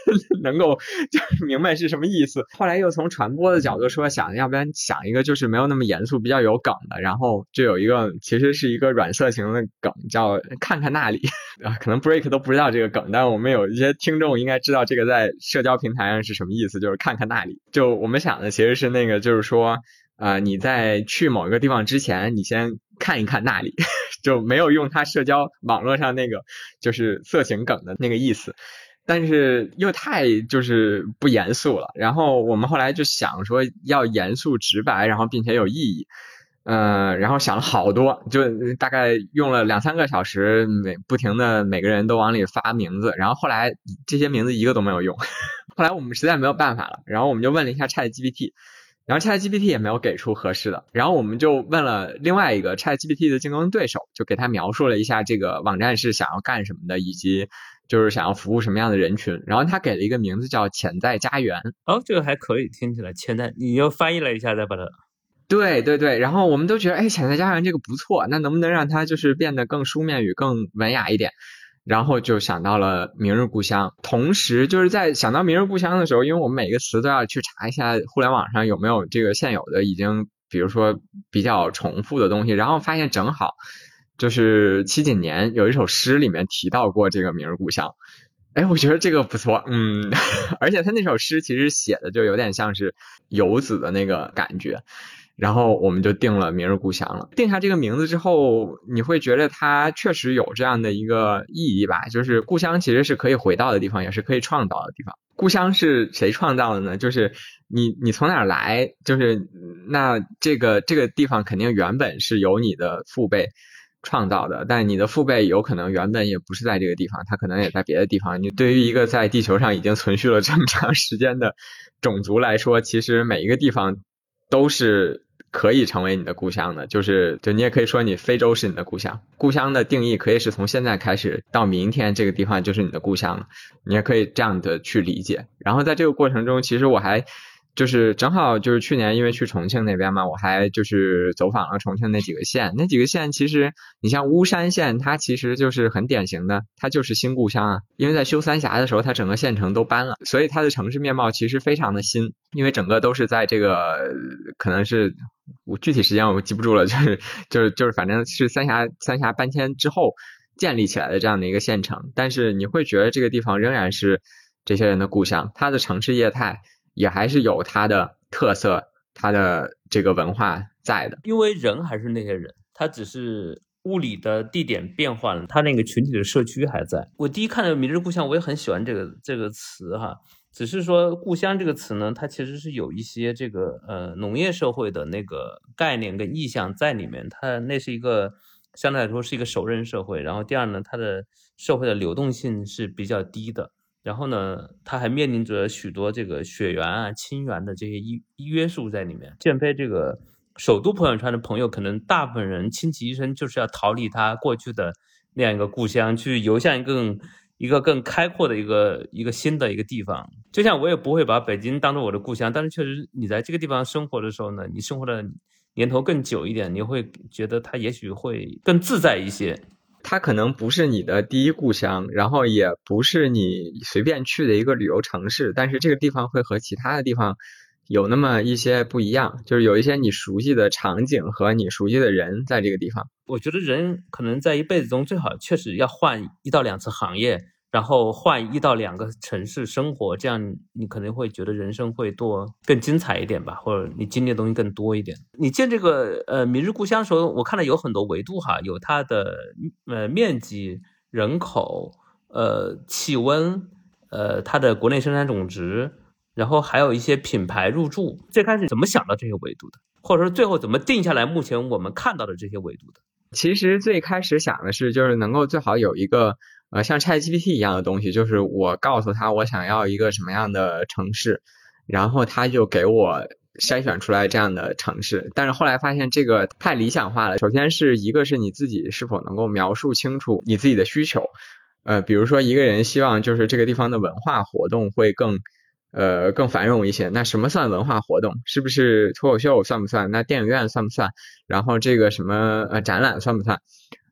能够就是明白是什么意思。后来又从传播的角度说，想要不然想一个就是没有那么严肃比较有梗的，然后就有一个其实是一个软色情的梗叫看看那里可能 Break 都不知道这个梗，但我们有一些听众应该知道这个在社交平台上是什么意思，就是看看那里。就我们想的其实是那个就是说你在去某一个地方之前你先看一看那里就没有用它社交网络上那个就是色情梗的那个意思，但是又太就是不严肃了。然后我们后来就想说要严肃直白，然后并且有意义。然后想了好多，就大概用了2-3个小时，不停的每个人都往里发名字，然后后来这些名字一个都没有用。后来我们实在没有办法了，然后我们就问了一下 ChatGPT， 然后 ChatGPT 也没有给出合适的，然后我们就问了另外一个 ChatGPT 的竞争对手，就给他描述了一下这个网站是想要干什么的，以及就是想要服务什么样的人群，然后他给了一个名字叫潜在家园。 这个还可以，听起来潜在，你又翻译了一下再把它。 对对对，然后我们都觉得潜在家园这个不错，那能不能让它就是变得更书面语更文雅一点，然后就想到了明日故乡。同时就是在想到明日故乡的时候，因为我们每个词都要去查一下互联网上有没有这个现有的已经比如说比较重复的东西，然后发现正好就是七锦年有一首诗里面提到过这个明日故乡。我觉得这个不错，而且他那首诗其实写的就有点像是游子的那个感觉，然后我们就定了明日故乡了。定下这个名字之后，你会觉得它确实有这样的一个意义吧，就是故乡其实是可以回到的地方，也是可以创造的地方。故乡是谁创造的呢？就是你从哪儿来，就是那这个地方肯定原本是由你的父辈创造的，但你的父辈有可能原本也不是在这个地方，他可能也在别的地方。你对于一个在地球上已经存续了这么长时间的种族来说，其实每一个地方都是可以成为你的故乡的，就你也可以说你非洲是你的故乡。故乡的定义可以是从现在开始到明天这个地方就是你的故乡了，你也可以这样的去理解。然后在这个过程中，其实我还就是正好就是去年因为去重庆那边嘛，我还就是走访了重庆那几个县。那几个县其实你像巫山县，它其实就是很典型的，它就是新故乡啊。因为在修三峡的时候，它整个县城都搬了，所以它的城市面貌其实非常的新，因为整个都是在这个可能是我具体时间我记不住了，就是反正是三峡搬迁之后建立起来的这样的一个县城。但是你会觉得这个地方仍然是这些人的故乡，它的城市业态也还是有它的特色，它的这个文化在的。 因为人还是那些人，他只是物理的地点变换了，他那个群体的社区还在。我第一看到明日故乡，我也很喜欢这个词哈，只是说故乡这个词呢，它其实是有一些这个农业社会的那个概念跟意象在里面，它那是一个相对来说是一个熟人社会，然后第二呢，它的社会的流动性是比较低的。然后呢，它还面临着许多这个血缘啊、亲缘的这些约束在里面。建飞这个首都朋友圈的朋友，可能大部分人倾其一生就是要逃离他过去的那样一个故乡，去游向一个更开阔的一个新的一个地方。就像我也不会把北京当做我的故乡，但是确实你在这个地方生活的时候呢，你生活的年头更久一点，你会觉得它也许会更自在一些。 它可能不是你的第一故乡，然后也不是你随便去的一个旅游城市，但是这个地方会和其他的地方有那么一些不一样，就是有一些你熟悉的场景和你熟悉的人在这个地方。 我觉得人可能在一辈子中最好确实要换1到2次行业，然后换1到2个城市生活，这样你可能会觉得人生会更精彩一点吧，或者你经历的东西更多一点。你建这个明日故乡的时候，我看到有很多维度哈，有它的面积、人口、气温、它的国内生产总值，然后还有一些品牌入驻。最开始怎么想到这些维度的，或者说最后怎么定下来目前我们看到的这些维度的？ 其实最开始想的是就是能够最好有一个像 ChatGPT 一样的东西，就是我告诉他我想要一个什么样的城市，然后他就给我筛选出来这样的城市。但是后来发现这个太理想化了，首先是一个是你自己是否能够描述清楚你自己的需求，比如说一个人希望就是这个地方的文化活动会更繁荣一些，那什么算文化活动？是不是脱口秀算不算？那电影院算不算？然后这个什么展览算不算？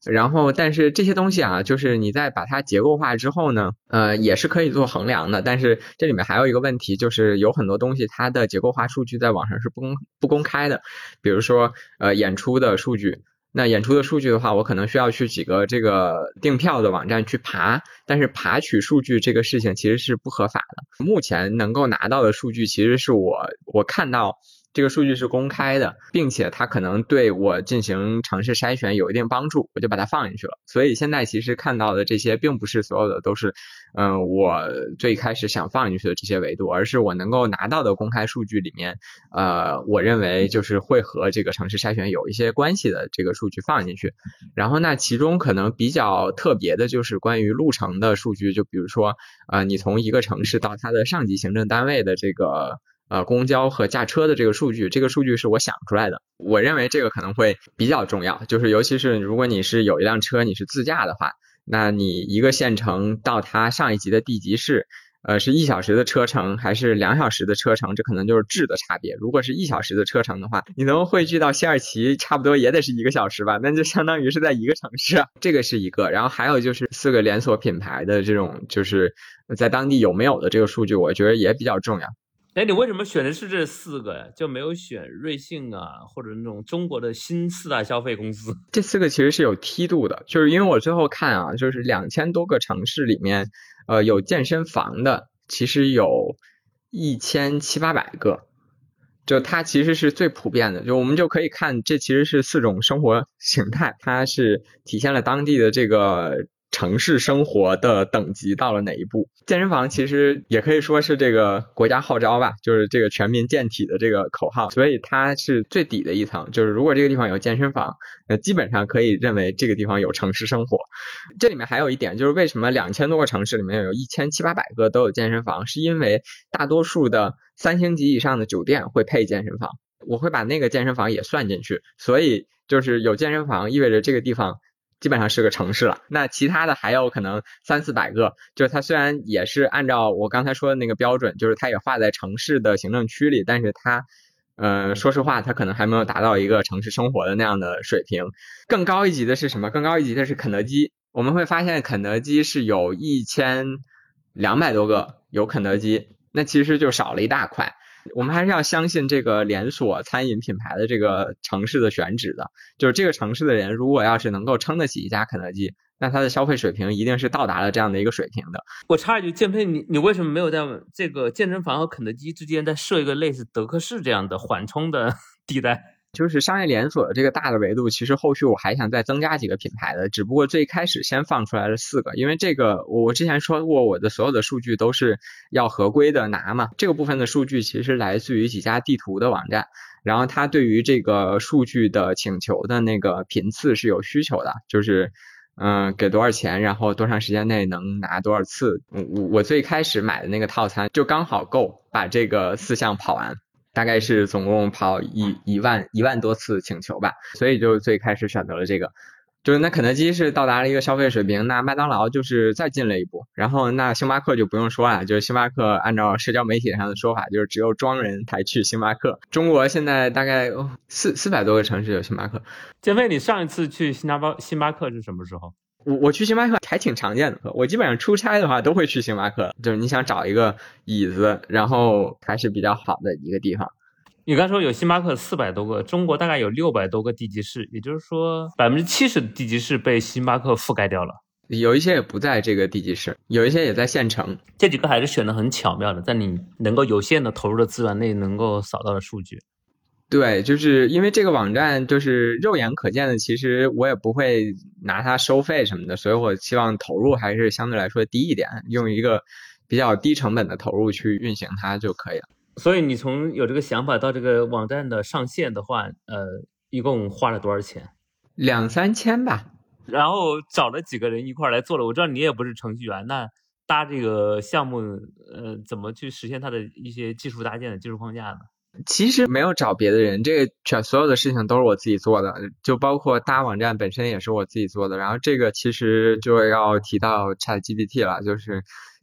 然后但是这些东西啊，就是你在把它结构化之后呢，也是可以做衡量的，但是这里面还有一个问题，就是有很多东西它的结构化数据在网上是不公开的，比如说演出的数据。那演出的数据的话，我可能需要去几个这个订票的网站去爬，但是爬取数据这个事情其实是不合法的。目前能够拿到的数据其实是我看到这个数据是公开的，并且它可能对我进行城市筛选有一定帮助，我就把它放进去了。所以现在其实看到的这些并不是所有的都是我最开始想放进去的这些维度，而是我能够拿到的公开数据里面我认为就是会和这个城市筛选有一些关系的这个数据放进去。然后那其中可能比较特别的就是关于路程的数据，就比如说你从一个城市到它的上级行政单位的这个公交和驾车的这个数据，这个数据是我想出来的，我认为这个可能会比较重要，就是尤其是如果你是有一辆车，你是自驾的话，那你一个县城到它上一级的地级市是1小时的车程还是2小时的车程，这可能就是质的差别。如果是1小时的车程的话，你能汇聚到西二旗差不多也得是1个小时吧，那就相当于是在一个城市啊，这个是一个。然后还有就是4个连锁品牌的这种就是在当地有没有的这个数据，我觉得也比较重要。 你为什么选的是这4个呀？就没有选瑞幸啊，或者那种中国的新4大消费公司？ 这4个其实是有梯度的，就是因为我最后看啊，就是2000多个城市里面有健身房的其实有1700-800个，就它其实是最普遍的，就我们就可以看这其实是4种生活形态，它是体现了当地的这个城市生活的等级到了哪一步。健身房其实也可以说是这个国家号召吧，就是这个全民健体的这个口号，所以它是最底的一层，就是如果这个地方有健身房，基本上可以认为这个地方有城市生活。这里面还有一点就是为什么2000多个城市里面有1700-800个都有健身房，是因为大多数的3星级以上的酒店会配健身房，我会把那个健身房也算进去，所以就是有健身房意味着这个地方基本上是个城市了。那其他的还有可能300-400个，就是它虽然也是按照我刚才说的那个标准，就是它也划在城市的行政区里，但是它说实话它可能还没有达到一个城市生活的那样的水平。更高一级的是什么？更高一级的是肯德基。我们会发现肯德基是有1200多个有肯德基，那其实就少了一大块。我们还是要相信这个连锁餐饮品牌的这个城市的选址的，就是这个城市的人如果要是能够撑得起一家肯德基，那他的消费水平一定是到达了这样的一个水平的。 我插一句，建飞，你为什么没有在这个健身房和肯德基之间再设一个类似德克士这样的缓冲的地带？ 就是商业连锁的这个大的维度，其实后续我还想再增加几个品牌的，只不过最开始先放出来了4个，因为这个我之前说过我的所有的数据都是要合规的拿嘛，这个部分的数据其实来自于几家地图的网站，然后它对于这个数据的请求的那个频次是有需求的，就是给多少钱，然后多长时间内能拿多少次。我最开始买的那个套餐就刚好够把这个4项跑完，大概是总共跑一万多次请求吧，所以就最开始选择了这个。就是那肯德基是到达了一个消费水平，那麦当劳就是再进了一步，然后那星巴克就不用说了，就是星巴克按照社交媒体上的说法，就是只有庄人才去星巴克。中国现在大概400多个城市有星巴克。 建飞，你上一次去星巴克是什么时候？ 我去星巴克还挺常见的，我基本上出差的话都会去星巴克，就是你想找一个椅子，然后还是比较好的一个地方。 你刚说有星巴克400多个，中国大概有600多个地级市，也就是说70%的地级市被星巴克覆盖掉了。 有一些也不在这个地级市，有一些也在县城。 这几个还是选的很巧妙的，在你能够有限的投入的资源内能够扫到的数据。 对，就是因为这个网站就是肉眼可见的，其实我也不会拿它收费什么的，所以我希望投入还是相对来说低一点，用一个比较低成本的投入去运行它就可以了。 所以你从有这个想法到这个网站的上线的话，一共花了多少钱 ？2-3千吧。 然后找了几个人一块来做了。我知道你也不是程序员，那搭这个项目，怎么去实现它的一些技术搭建的技术框架呢？ 其实没有找别的人，这个所有的事情都是我自己做的，就包括搭网站本身也是我自己做的。然后这个其实就要提到 ChatGPT 了，就是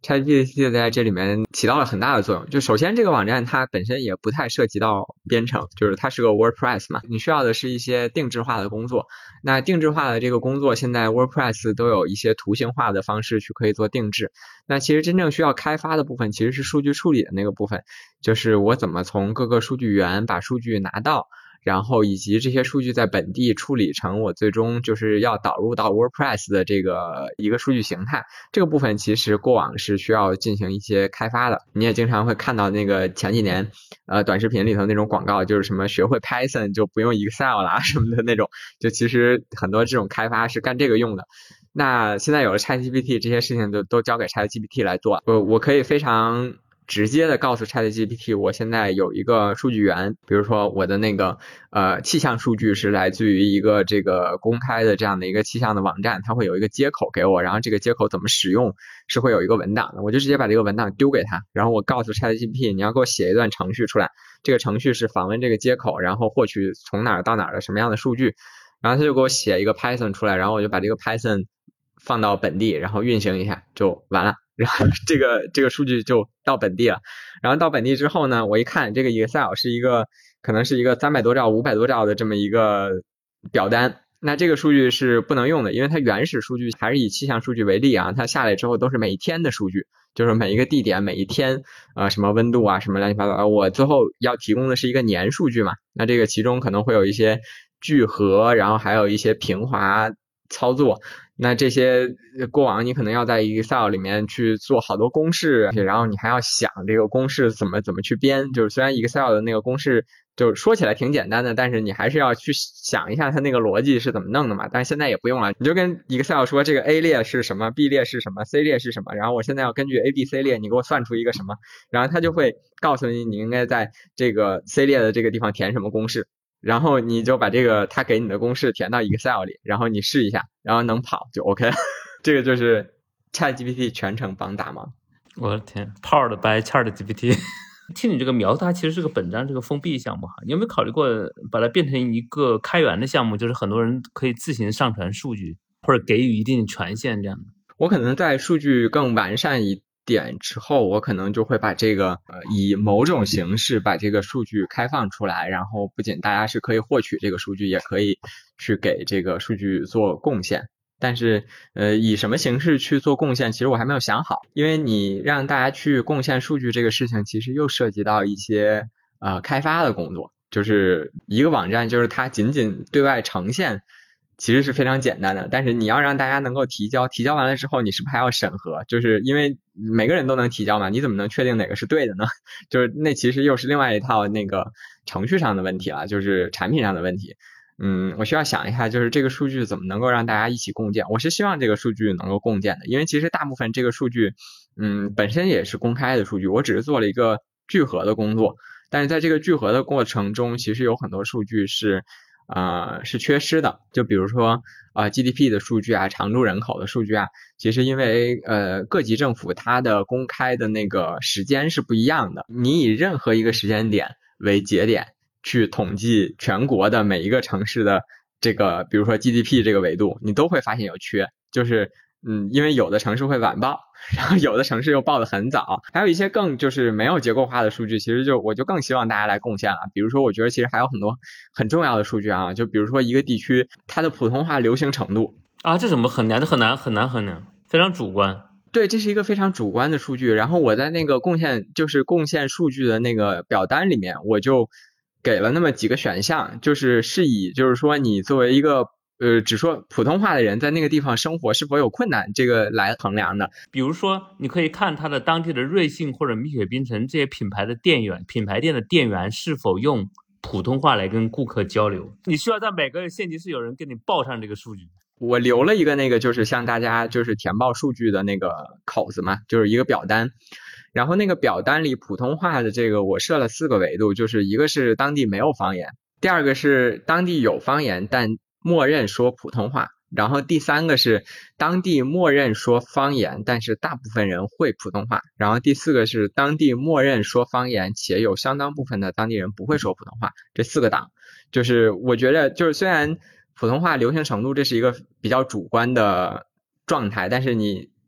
ChatGPT 在这里面起到了很大的作用。就首先这个网站它本身也不太涉及到编程，就是它是个 WordPress 嘛，你需要的是一些定制化的工作。那定制化的这个工作现在 WordPress 都有一些图形化的方式去可以做定制。那其实真正需要开发的部分其实是数据处理的那个部分，就是我怎么从各个数据源把数据拿到，然后以及这些数据在本地处理成我最终就是要导入到 WordPress 的这个一个数据形态，这个部分其实过往是需要进行一些开发的。你也经常会看到那个前几年短视频里头那种广告，就是什么学会 Python 就不用 Excel 啦什么的那种，就其实很多这种开发是干这个用的。那现在有了 ChatGPT， 这些事情就都交给 ChatGPT 来做，我可以非常直接的告诉 ChatGPT 我现在有一个数据源，比如说我的那个气象数据是来自于一个这个公开的这样的一个气象的网站，它会有一个接口给我，然后这个接口怎么使用是会有一个文档的，我就直接把这个文档丢给他，然后我告诉 ChatGPT 你要给我写一段程序出来，这个程序是访问这个接口，然后获取从哪儿到哪儿的什么样的数据，然后他就给我写一个 Python 出来，然后我就把这个 Python 放到本地，然后运行一下就完了，然后这个数据就到本地了。然后到本地之后呢，我一看这个 Excel 是一个可能是一个300多兆500多兆的这么一个表单，那这个数据是不能用的，因为它原始数据还是以气象数据为例啊，它下来之后都是每一天的数据，就是每一个地点每一天什么温度啊什么乱七八糟，我最后要提供的是一个年数据嘛，那这个其中可能会有一些聚合，然后还有一些平滑操作，那这些过往你可能要在 Excel 里面去做好多公式，然后你还要想这个公式怎么去编，就是虽然 Excel 的那个公式就说起来挺简单的，但是你还是要去想一下它那个逻辑是怎么弄的嘛，但是现在也不用了，你就跟 Excel 说这个 A 列是什么 B 列是什么 C 列是什么，然后我现在要根据 ABC 列你给我算出一个什么，然后它就会告诉你你应该在这个 C 列的这个地方填什么公式，然后你就把这个他给你的公式填到 Excel 里，然后你试一下，然后能跑就 OK 了。这个就是 ChatGPT 全程帮打忙。 我的天 ，Powered by ChatGPT 听你这个描述，它其实是个本质上是个封闭项目哈。你有没有考虑过把它变成一个开源的项目，就是很多人可以自行上传数据，或者给予一定权限这样的？ 我可能在数据更完善一点之后，我可能就会把这个以某种形式把这个数据开放出来，然后不仅大家是可以获取这个数据，也可以去给这个数据做贡献。但是以什么形式去做贡献，其实我还没有想好，因为你让大家去贡献数据这个事情，其实又涉及到一些开发的工作，就是一个网站就是它仅仅对外呈现其实是非常简单的，但是你要让大家能够提交完了之后，你是不是还要审核？就是因为每个人都能提交嘛，你怎么能确定哪个是对的呢？就是那其实又是另外一套那个程序上的问题了，就是产品上的问题。我需要想一下，就是这个数据怎么能够让大家一起共建。我是希望这个数据能够共建的，因为其实大部分这个数据本身也是公开的数据，我只是做了一个聚合的工作，但是在这个聚合的过程中，其实有很多数据是缺失的，就比如说GDP 的数据啊，常住人口的数据啊，其实因为各级政府它的公开的那个时间是不一样的，你以任何一个时间点为节点去统计全国的每一个城市的这个比如说 GDP 这个维度，你都会发现有缺，就是因为有的城市会晚报，然后有的城市又报得很早，还有一些更就是没有结构化的数据，其实我就更希望大家来贡献了。比如说我觉得其实还有很多很重要的数据啊，就比如说一个地区它的普通话流行程度啊，这怎么很难，非常主观。 对，这是一个非常主观的数据，然后我在那个贡献数据的那个表单里面，我就给了那么几个选项，就是以就是说你作为一个只说普通话的人在那个地方生活是否有困难，这个来衡量的。 比如说你可以看它的当地的瑞幸或者蜜雪冰城这些品牌店的店员是否用普通话来跟顾客交流，你需要在每个县级市有人给你报上这个数据。 我留了一个那个就是向大家就是填报数据的那个口子嘛，就是一个表单，然后那个表单里普通话的这个我设了4个维度，就是一个是当地没有方言，第二个是当地有方言但默认说普通话，然后第3个是当地默认说方言但是大部分人会普通话，然后第4个是当地默认说方言且有相当部分的当地人不会说普通话。这4个档就是我觉得就是虽然普通话流行程度这是一个比较主观的状态，但是你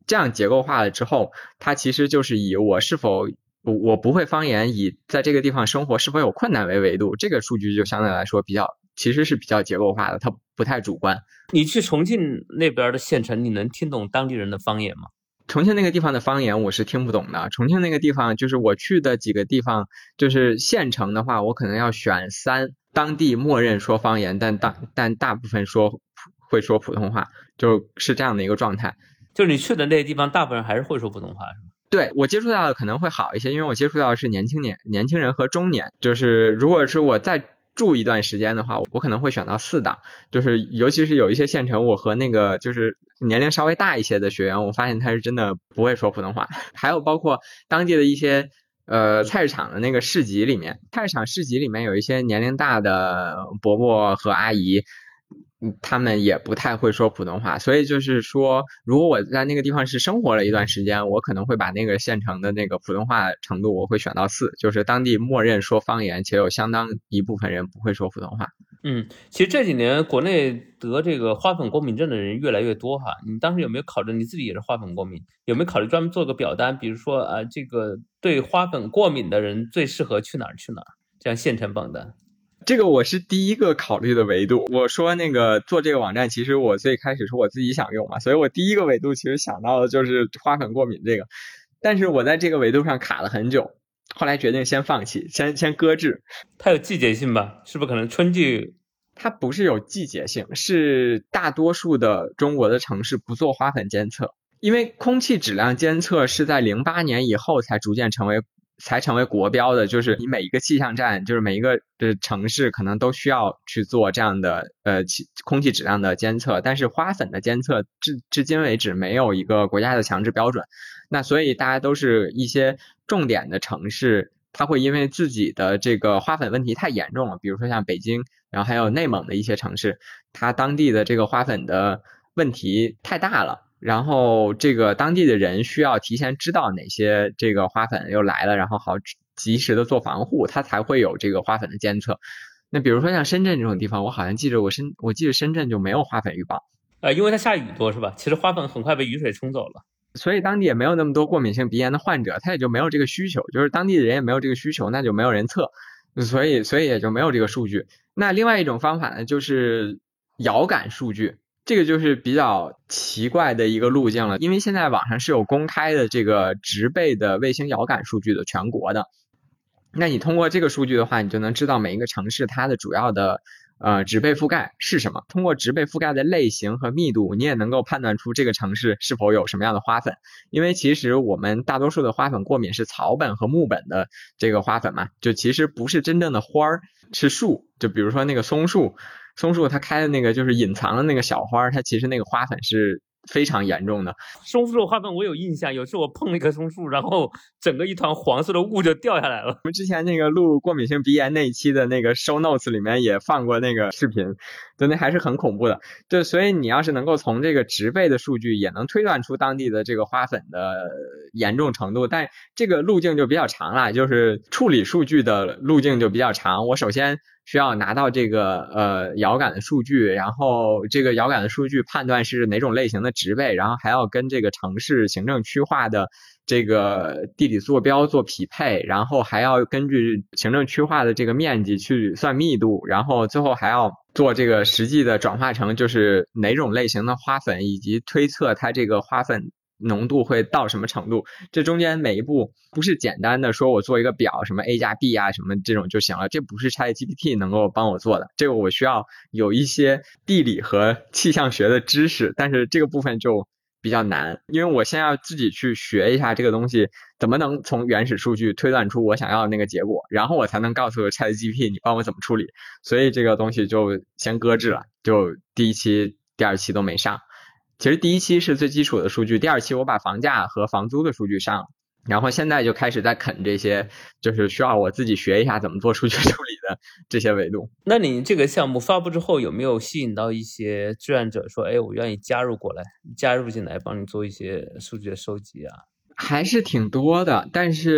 这样结构化了之后，它其实就是以我不会方言，以在这个地方生活是否有困难为维度，这个数据就相对来说其实是比较结构化的，它不太主观。 你去重庆那边的县城，你能听懂当地人的方言吗？ 重庆那个地方的方言我是听不懂的。重庆那个地方就是我去的几个地方，就是县城的话，我可能要选3，当地默认说方言，但大部分会说普通话，就是这样的一个状态。 就是你去的那些地方，大部分人还是会说普通话，是吗？ 对，我接触到的可能会好一些，因为我接触到的是年轻人和中年。就是如果是我再住一段时间的话，我可能会选到4档，就是尤其是有一些县城，我和那个就是年龄稍微大一些的学员，我发现他是真的不会说普通话。还有包括当地的一些菜市场的那个市集里面有一些年龄大的伯伯和阿姨，他们也不太会说普通话。所以就是说，如果我在那个地方是生活了一段时间，我可能会把那个县城的那个普通话程度我会选到4，就是当地默认说方言，且有相当一部分人不会说普通话。 其实这几年国内得这个花粉过敏症的人越来越多哈。你当时有没有考虑，你自己也是花粉过敏，有没有考虑专门做个表单，比如说这个对花粉过敏的人最适合去哪儿，这样县城榜单？ 这个我是第一个考虑的维度。我说那个做这个网站，其实我最开始是我自己想用嘛，所以我第一个维度其实想到的就是花粉过敏这个，但是我在这个维度上卡了很久，后来决定先放弃，先搁置。 它有季节性吧？是不是可能春季？ 它不是有季节性，是大多数的中国的城市不做花粉监测，因为空气质量监测是在08年以后才逐渐成为国标的，就是你每一个气象站，就是每一个城市可能都需要去做这样的空气质量的监测，但是花粉的监测至今为止没有一个国家的强制标准。那所以大家都是一些重点的城市，它会因为自己的这个花粉问题太严重了，比如说像北京，然后还有内蒙的一些城市，它当地的这个花粉的问题太大了，然后这个当地的人需要提前知道哪些这个花粉又来了，然后好及时的做防护，它才会有这个花粉的监测。那比如说像深圳这种地方，我好像记得深圳就没有花粉预报， 因为它下雨多是吧？其实花粉很快被雨水冲走了， 所以当地也没有那么多过敏性鼻炎的患者，他也就没有这个需求，就是当地的人也没有这个需求，那就没有人测，所以也就没有这个数据。那另外一种方法呢，就是遥感数据，这个就是比较奇怪的一个路径了，因为现在网上是有公开的这个植被的卫星遥感数据的，全国的。那你通过这个数据的话，你就能知道每一个城市它的主要的植被覆盖是什么。通过植被覆盖的类型和密度，你也能够判断出这个城市是否有什么样的花粉。因为其实我们大多数的花粉过敏是草本和木本的这个花粉嘛，就其实不是真正的花儿，是树。就比如说那个松树它开的那个就是隐藏的那个小花，它其实那个花粉是非常严重的。 松树的花粉我有印象，有次我碰了一棵松树，然后整个一团黄色的雾就掉下来了。 我们之前那个录过敏性鼻炎那一期的那个 show notes 里面也放过那个视频，就那还是很恐怖的。就所以你要是能够从这个植被的数据也能推断出当地的这个花粉的严重程度，但这个路径就比较长了，就是处理数据的路径就比较长。我首先需要拿到这个遥感的数据，然后这个遥感的数据判断是哪种类型的植被，然后还要跟这个城市行政区划的这个地理坐标做匹配，然后还要根据行政区划的这个面积去算密度，然后最后还要做这个实际的转化成就是哪种类型的花粉，以及推测它这个花粉浓度会到什么程度。这中间每一步不是简单的说我做一个表什么 A 加 B 啊什么这种就行了，这不是 ChatGPT 能够帮我做的，这个我需要有一些地理和气象学的知识，但是这个部分就比较难，因为我先要自己去学一下这个东西怎么能从原始数据推断出我想要的那个结果，然后我才能告诉 ChatGPT 你帮我怎么处理，所以这个东西就先搁置了，就第一期第二期都没上。其实第一期是最基础的数据，第二期我把房价和房租的数据上了，然后现在就开始在啃这些就是需要我自己学一下怎么做数据处理的这些维度。 那你这个项目发布之后有没有吸引到一些志愿者说我愿意加入进来帮你做一些数据的收集啊？ 还是挺多的，但是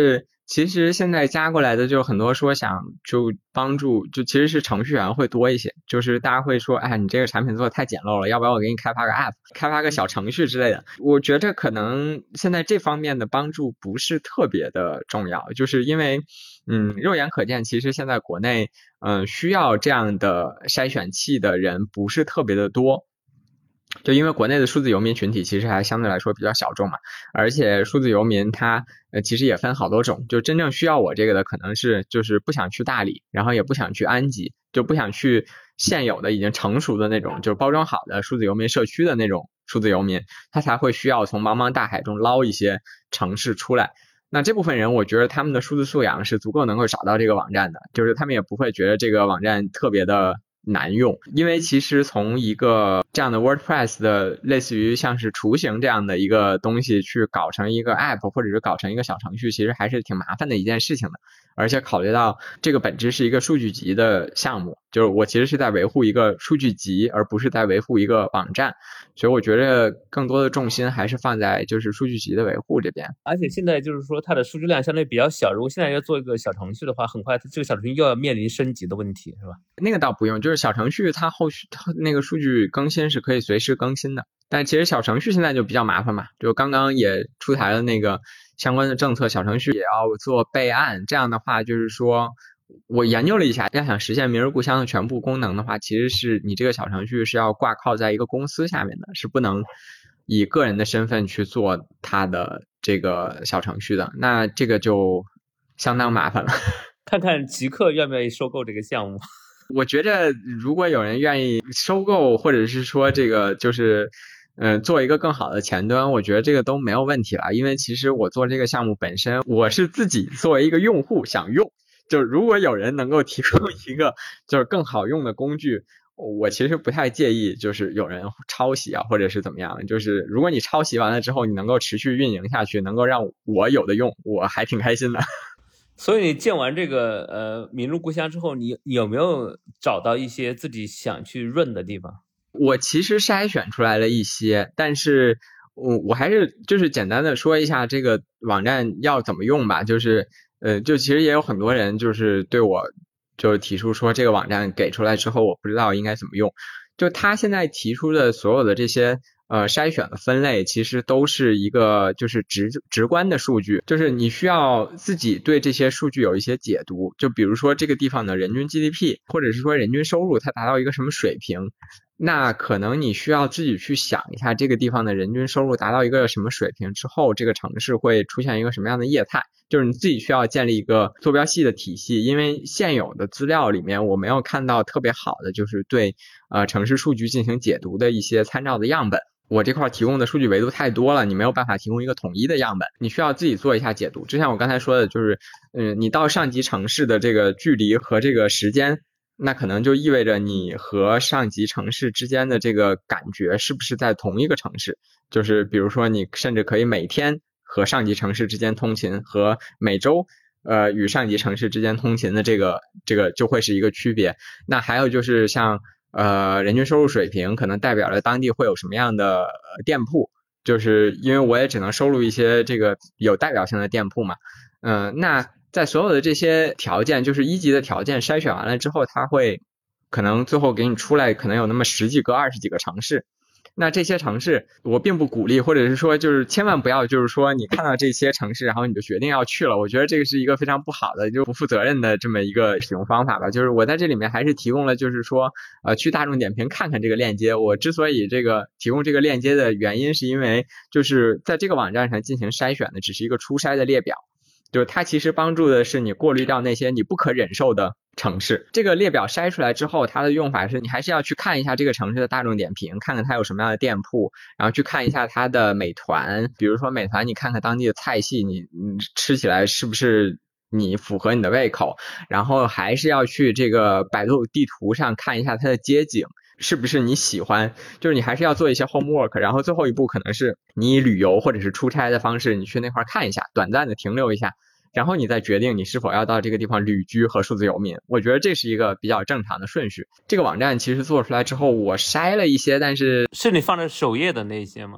其实现在加过来的就很多说想就帮助，就其实是程序员会多一些，就是大家会说，哎，你这个产品做的太简陋了，要不要我给你开发个 app， 开发个小程序之类的。我觉得可能现在这方面的帮助不是特别的重要，就是因为肉眼可见，其实现在国内需要这样的筛选器的人不是特别的多。就因为国内的数字游民群体其实还相对来说比较小众嘛，而且数字游民它其实也分好多种，就真正需要我这个的可能是就是不想去大理，然后也不想去安吉，就不想去现有的已经成熟的那种就是包装好的数字游民社区的那种数字游民，他才会需要从茫茫大海中捞一些城市出来。那这部分人我觉得他们的数字素养是足够能够找到这个网站的，就是他们也不会觉得这个网站特别的难用，因为其实从一个这样的 WordPress 的类似于像是雏形这样的一个东西去搞成一个 app 或者是搞成一个小程序，其实还是挺麻烦的一件事情的。而且考虑到这个本质是一个数据集的项目，就是我其实是在维护一个数据集，而不是在维护一个网站，所以我觉得更多的重心还是放在就是数据集的维护这边。 而且现在就是说它的数据量相对比较小，如果现在要做一个小程序的话，很快这个小程序又要面临升级的问题，是吧？ 那个倒不用，就是小程序它后续那个数据更新是可以随时更新的，但其实小程序现在就比较麻烦嘛，就刚刚也出台了那个相关的政策，小程序也要做备案，这样的话就是说我研究了一下，要想实现明日故乡的全部功能的话，其实是你这个小程序是要挂靠在一个公司下面的，是不能以个人的身份去做它的这个小程序的，那这个就相当麻烦了。 看看极客愿不愿意收购这个项目。 我觉得如果有人愿意收购，或者是说这个就是做一个更好的前端，我觉得这个都没有问题了。因为其实我做这个项目本身，我是自己作为一个用户想用，就如果有人能够提供一个就是更好用的工具，我其实不太介意就是有人抄袭啊或者是怎么样，就是如果你抄袭完了之后你能够持续运营下去，能够让我有的用，我还挺开心的。 所以你建完这个明日故乡之后，你有没有找到一些自己想去润的地方？ 我其实筛选出来了一些，但是我还是就是简单的说一下这个网站要怎么用吧，就是就其实也有很多人就是对我就提出说这个网站给出来之后我不知道应该怎么用，就他现在提出的所有的这些筛选的分类其实都是一个就是直观的数据，就是你需要自己对这些数据有一些解读，就比如说这个地方的人均 GDP 或者是说人均收入它达到一个什么水平，那可能你需要自己去想一下这个地方的人均收入达到一个什么水平之后，这个城市会出现一个什么样的业态，就是你自己需要建立一个坐标系的体系，因为现有的资料里面我没有看到特别好的就是对城市数据进行解读的一些参照的样本，我这块提供的数据维度太多了，你没有办法提供一个统一的样本，你需要自己做一下解读。就像我刚才说的，就是你到上级城市的这个距离和这个时间，那可能就意味着你和上级城市之间的这个感觉是不是在同一个城市，就是比如说你甚至可以每天和上级城市之间通勤，和每周与上级城市之间通勤的这个就会是一个区别。那还有就是像人均收入水平可能代表了当地会有什么样的店铺，就是因为我也只能收录一些这个有代表性的店铺嘛。那在所有的这些条件，就是一级的条件筛选完了之后，它会可能最后给你出来可能有那么10几个20几个城市，那这些城市我并不鼓励，或者是说就是千万不要就是说你看到这些城市然后你就决定要去了，我觉得这个是一个非常不好的就不负责任的这么一个使用方法吧。就是我在这里面还是提供了就是说去大众点评看看这个链接，我之所以这个提供这个链接的原因是因为就是在这个网站上进行筛选的只是一个初筛的列表，就是它其实帮助的是你过滤掉那些你不可忍受的城市。这个列表筛出来之后，它的用法是你还是要去看一下这个城市的大众点评，看看它有什么样的店铺，然后去看一下它的美团，比如说美团你看看当地的菜系，你吃起来是不是你符合你的胃口，然后还是要去这个百度地图上看一下它的街景是不是你喜欢，就是你还是要做一些 homework， 然后最后一步可能是你以旅游或者是出差的方式你去那块看一下，短暂的停留一下，然后你再决定你是否要到这个地方旅居和数字游民。我觉得这是一个比较正常的顺序。这个网站其实做出来之后我筛了一些，但是是你放在首页的那些吗？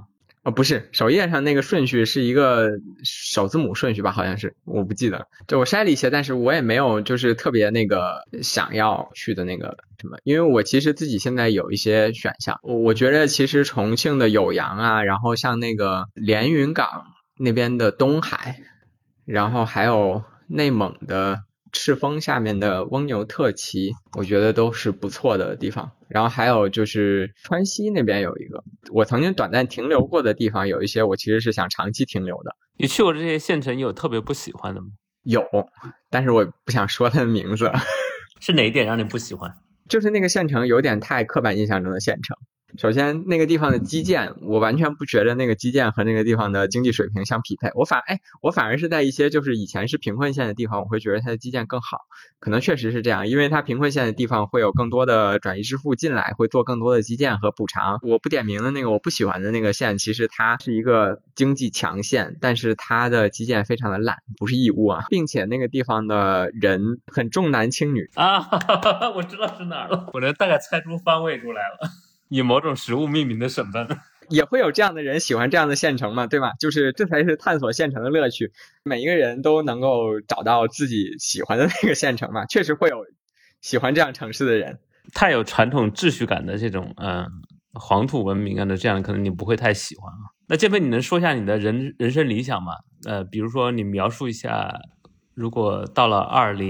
不是，首页上那个顺序是一个首字母顺序吧，好像是，我不记得了。就我筛了一些，但是我也没有就是特别那个想要去的那个什么，因为我其实自己现在有一些选项，我觉得其实重庆的酉阳啊，然后像那个连云港那边的东海，然后还有内蒙的赤峰下面的翁牛特旗，我觉得都是不错的地方。然后还有就是川西那边有一个我曾经短暂停留过的地方，有一些我其实是想长期停留的。 你去过这些县城，有特别不喜欢的吗？ 有，但是我不想说它的名字。 是哪一点让你不喜欢？ 就是那个县城有点太刻板印象中的县城。首先那个地方的基建，我完全不觉得那个基建和那个地方的经济水平相匹配。我反而是在一些就是以前是贫困县的地方，我会觉得它的基建更好。可能确实是这样，因为它贫困县的地方会有更多的转移支付进来，会做更多的基建和补偿。我不点名的那个我不喜欢的那个县，其实它是一个经济强县，但是它的基建非常的烂，不是义乌啊，并且那个地方的人很重男轻女啊，我知道是哪儿了，我能大概猜出方位出来了。以某种食物命名的省份， 也会有这样的人喜欢这样的县城嘛，对吧？就是这才是探索县城的乐趣，每一个人都能够找到自己喜欢的那个县城嘛。确实会有喜欢这样城市的人， 太有传统秩序感的这种黄土文明啊的这样，可能你不会太喜欢啊。那建飞，你能说一下你的人生理想吗？比如说你描述一下，如果到了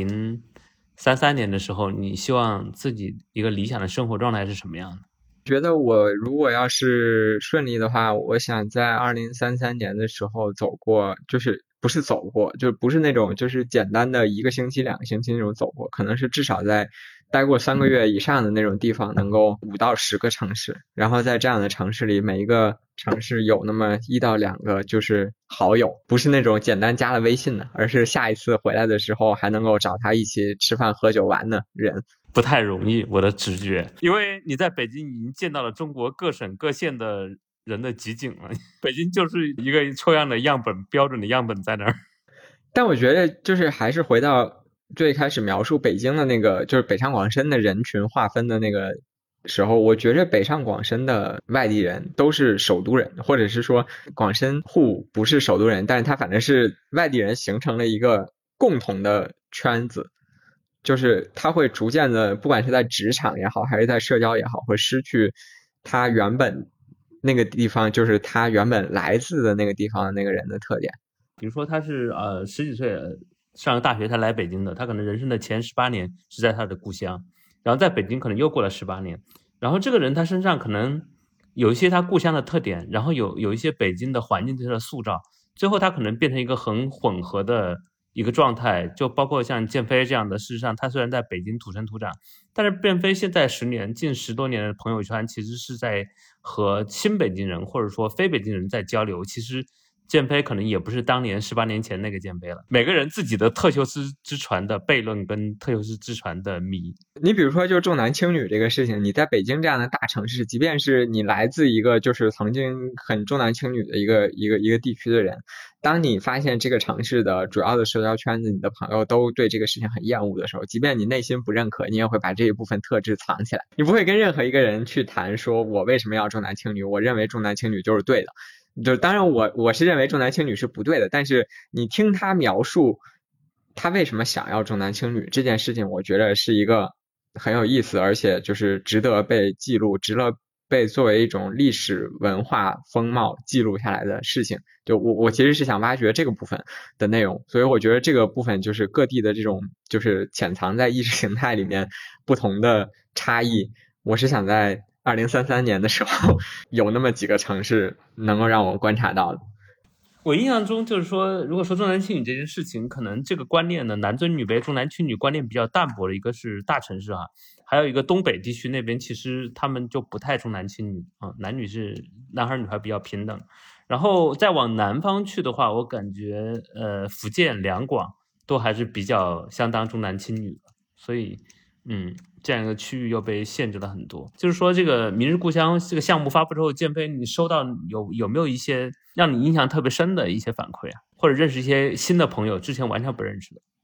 2033年的时候，你希望自己一个理想的生活状态是什么样的？ 觉得我如果要是顺利的话，我想在2033年的时候走过，就是不是走过，就不是那种就是简单的1个星期2个星期那种走过，可能是至少在待过3个月以上的那种地方，能够5到10个城市，然后在这样的城市里，每一个城市有那么1到2个就是好友，不是那种简单加了微信的，而是下一次回来的时候还能够找他一起吃饭喝酒玩的人。 不太容易，我的直觉，因为你在北京已经见到了中国各省各县的人的集锦了，北京就是一个抽样的样本，标准的样本在那儿。 但我觉得就是还是回到最开始描述北京的那个，就是北上广深的人群划分的那个时候，我觉得北上广深的外地人都是首都人，或者是说广深沪不是首都人，但是他反正是外地人形成了一个共同的圈子。就是他会逐渐的，不管是在职场也好，还是在社交也好，会失去他原本那个地方，就是他原本来自的那个地方的那个人的特点。 比如说他是10几岁上了大学，他来北京的，他可能人生的前18年是在他的故乡，然后在北京可能又过了18年，然后这个人他身上可能有一些他故乡的特点，然后有一些北京的环境对他的塑造，最后他可能变成一个很混合的一个状态，就包括像建飞这样的，事实上他虽然在北京土生土长，但是建飞现在近10多年的朋友圈其实是在和新北京人或者说非北京人在交流，其实建飞可能也不是当年18年前那个建飞了，每个人自己的特修斯之船的悖论跟特修斯之船的谜。 你比如说就重男轻女这个事情，你在北京这样的大城市，即便是你来自一个就是曾经很重男轻女的一个地区的人，当你发现这个城市的主要的社交圈子，你的朋友都对这个事情很厌恶的时候，即便你内心不认可，你也会把这一部分特质藏起来，你不会跟任何一个人去谈说我为什么要重男轻女，我认为重男轻女就是对的。就当然我是认为重男轻女是不对的，但是你听他描述他为什么想要重男轻女这件事情，我觉得是一个很有意思，而且就是值得被记录，值得被作为一种历史文化风貌记录下来的事情。就我其实是想挖掘这个部分的内容，所以我觉得这个部分就是各地的这种就是潜藏在意识形态里面不同的差异，我是想在2033年的时候有那么几个城市能够让我观察到的。 我印象中就是说，如果说重男轻女这件事情，可能这个观念呢，男尊女卑、重男轻女观念比较淡薄的一个是大城市还有一个东北地区那边，其实他们就不太重男轻女男女是男孩女孩比较平等。然后再往南方去的话，我感觉福建、两广都还是比较相当重男轻女的，所以这样一个区域又被限制了很多。就是说这个明日故乡这个项目发布之后，建飞你收到有没有一些让你印象特别深的一些反馈啊，或者认识一些新的朋友之前完全不认识的？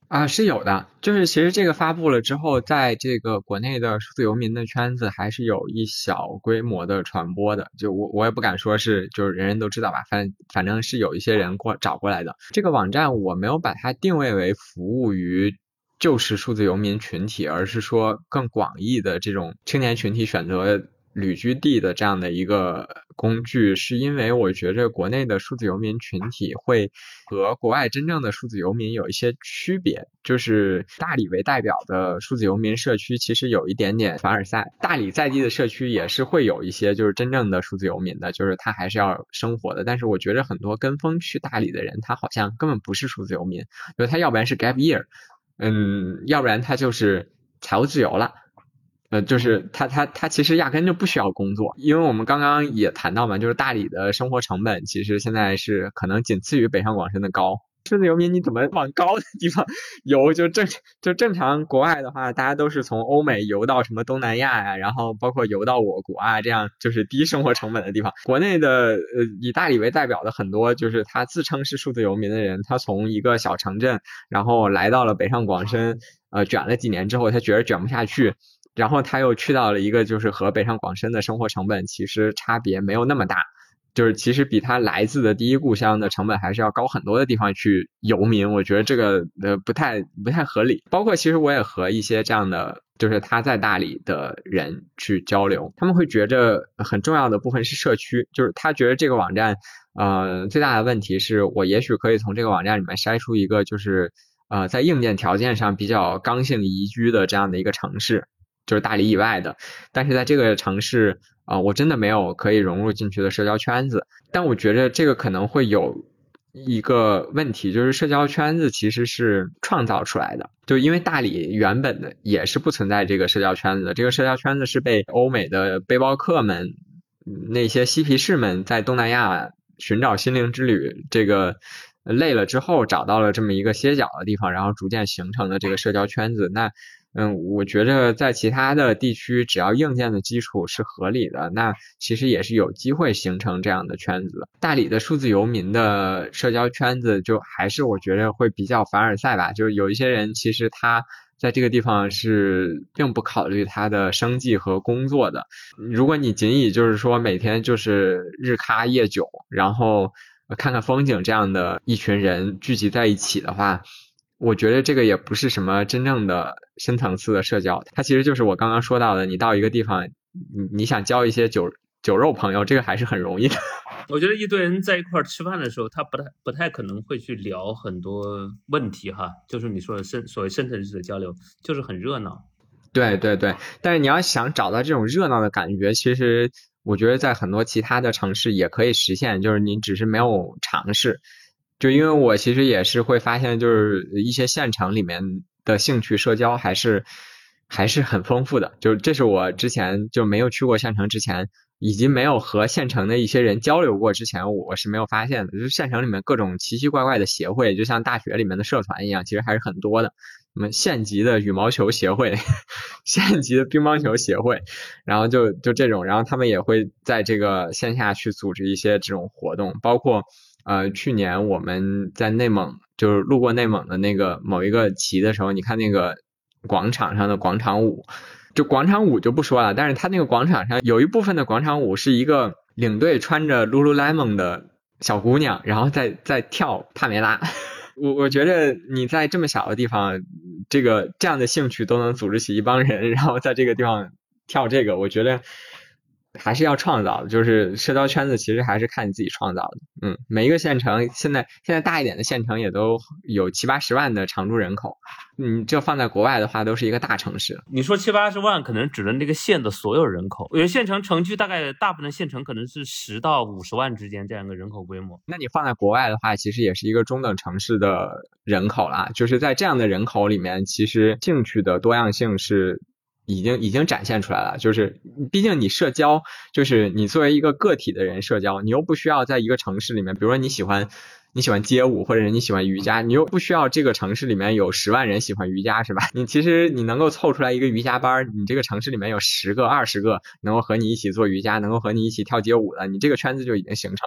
是有的，就是其实这个发布了之后，在这个国内的数字游民的圈子还是有一小规模的传播的，就我也不敢说是就是人人都知道吧，反正是有一些人找过来的。这个网站我没有把它定位为服务于就是数字游民群体，而是说更广义的这种青年群体选择旅居地的这样的一个工具，是因为我觉着国内的数字游民群体会和国外真正的数字游民有一些区别，就是大理为代表的数字游民社区其实有一点点凡尔赛，大理在地的社区也是会有一些就是真正的数字游民的，就是他还是要生活的，但是我觉得很多跟风去大理的人，他好像根本不是数字游民，就是他要不然是 gap year，要不然他就是财务自由了。就是他其实压根就不需要工作，因为我们刚刚也谈到嘛，就是大理的生活成本其实现在是可能仅次于北上广深的高。数字游民你怎么往高的地方游？就正常国外的话，大家都是从欧美游到什么东南亚呀，然后包括游到我国啊，这样就是低生活成本的地方。国内的以大理为代表的很多就是他自称是数字游民的人，他从一个小城镇，然后来到了北上广深，卷了几年之后，他觉得卷不下去。然后他又去到了一个就是和北上广深的生活成本其实差别没有那么大，就是其实比他来自的第一故乡的成本还是要高很多的地方去游民，我觉得这个不太合理。包括其实我也和一些这样的就是他在大理的人去交流，他们会觉着很重要的部分是社区，就是他觉得这个网站最大的问题是我也许可以从这个网站里面筛出一个就是在硬件条件上比较刚性宜居的这样的一个城市，就是大理以外的，但是在这个城市我真的没有可以融入进去的社交圈子。但我觉得这个可能会有一个问题，就是社交圈子其实是创造出来的，就因为大理原本的也是不存在这个社交圈子的，这个社交圈子是被欧美的背包客们那些嬉皮士们在东南亚寻找心灵之旅这个累了之后找到了这么一个歇脚的地方，然后逐渐形成了这个社交圈子。那我觉得在其他的地区只要硬件的基础是合理的，那其实也是有机会形成这样的圈子的。大理的数字游民的社交圈子就还是我觉得会比较凡尔赛吧，就是有一些人其实他在这个地方是并不考虑他的生计和工作的。如果你仅以就是说每天就是日咖夜酒然后看看风景这样的一群人聚集在一起的话，我觉得这个也不是什么真正的深层次的社交，它其实就是我刚刚说到的，你到一个地方你想交一些酒肉朋友，这个还是很容易的。 我觉得一堆人在一块吃饭的时候，他不太可能会去聊很多问题哈，就是你说的所谓深层次的交流，就是很热闹。 对对对，但是你要想找到这种热闹的感觉，其实我觉得在很多其他的城市也可以实现，就是你只是没有尝试。就因为我其实也是会发现，就是一些县城里面的兴趣社交还是很丰富的，就这是我之前就没有去过县城之前，以及没有和县城的一些人交流过之前，我是没有发现的。就是县城里面各种奇奇怪怪的协会，就像大学里面的社团一样，其实还是很多的。什么县级的羽毛球协会县级的乒乓球协会，然后就这种，然后他们也会在这个线下去组织一些这种活动，包括去年我们在内蒙就是路过内蒙的那个某一个旗的时候，你看那个广场上的广场舞，就广场舞就不说了，但是他那个广场上有一部分的广场舞是一个领队穿着 Lululemon 的小姑娘，然后在跳帕梅拉。我觉得你在这么小的地方，这样的兴趣都能组织起一帮人，然后在这个地方跳这个，我觉得还是要创造的，就是社交圈子其实还是看你自己创造的。每一个县城现在大一点的县城也都有70-80万的常住人口，这放在国外的话都是一个大城市。 你说70-80万可能指的这个县的所有人口，因为县城城区大概大部分县城可能是10到50万之间这样一个人口规模。 那你放在国外的话，其实也是一个中等城市的人口啦，就是在这样的人口里面，其实兴趣的多样性是已经展现出来了。就是毕竟你社交，就是你作为一个个体的人社交，你又不需要在一个城市里面，比如说你喜欢街舞，或者是你喜欢瑜伽，你又不需要这个城市里面有10万人喜欢瑜伽，是吧？其实你能够凑出来一个瑜伽班，你这个城市里面有10个20个能够和你一起做瑜伽，能够和你一起跳街舞的，你这个圈子就已经形成了。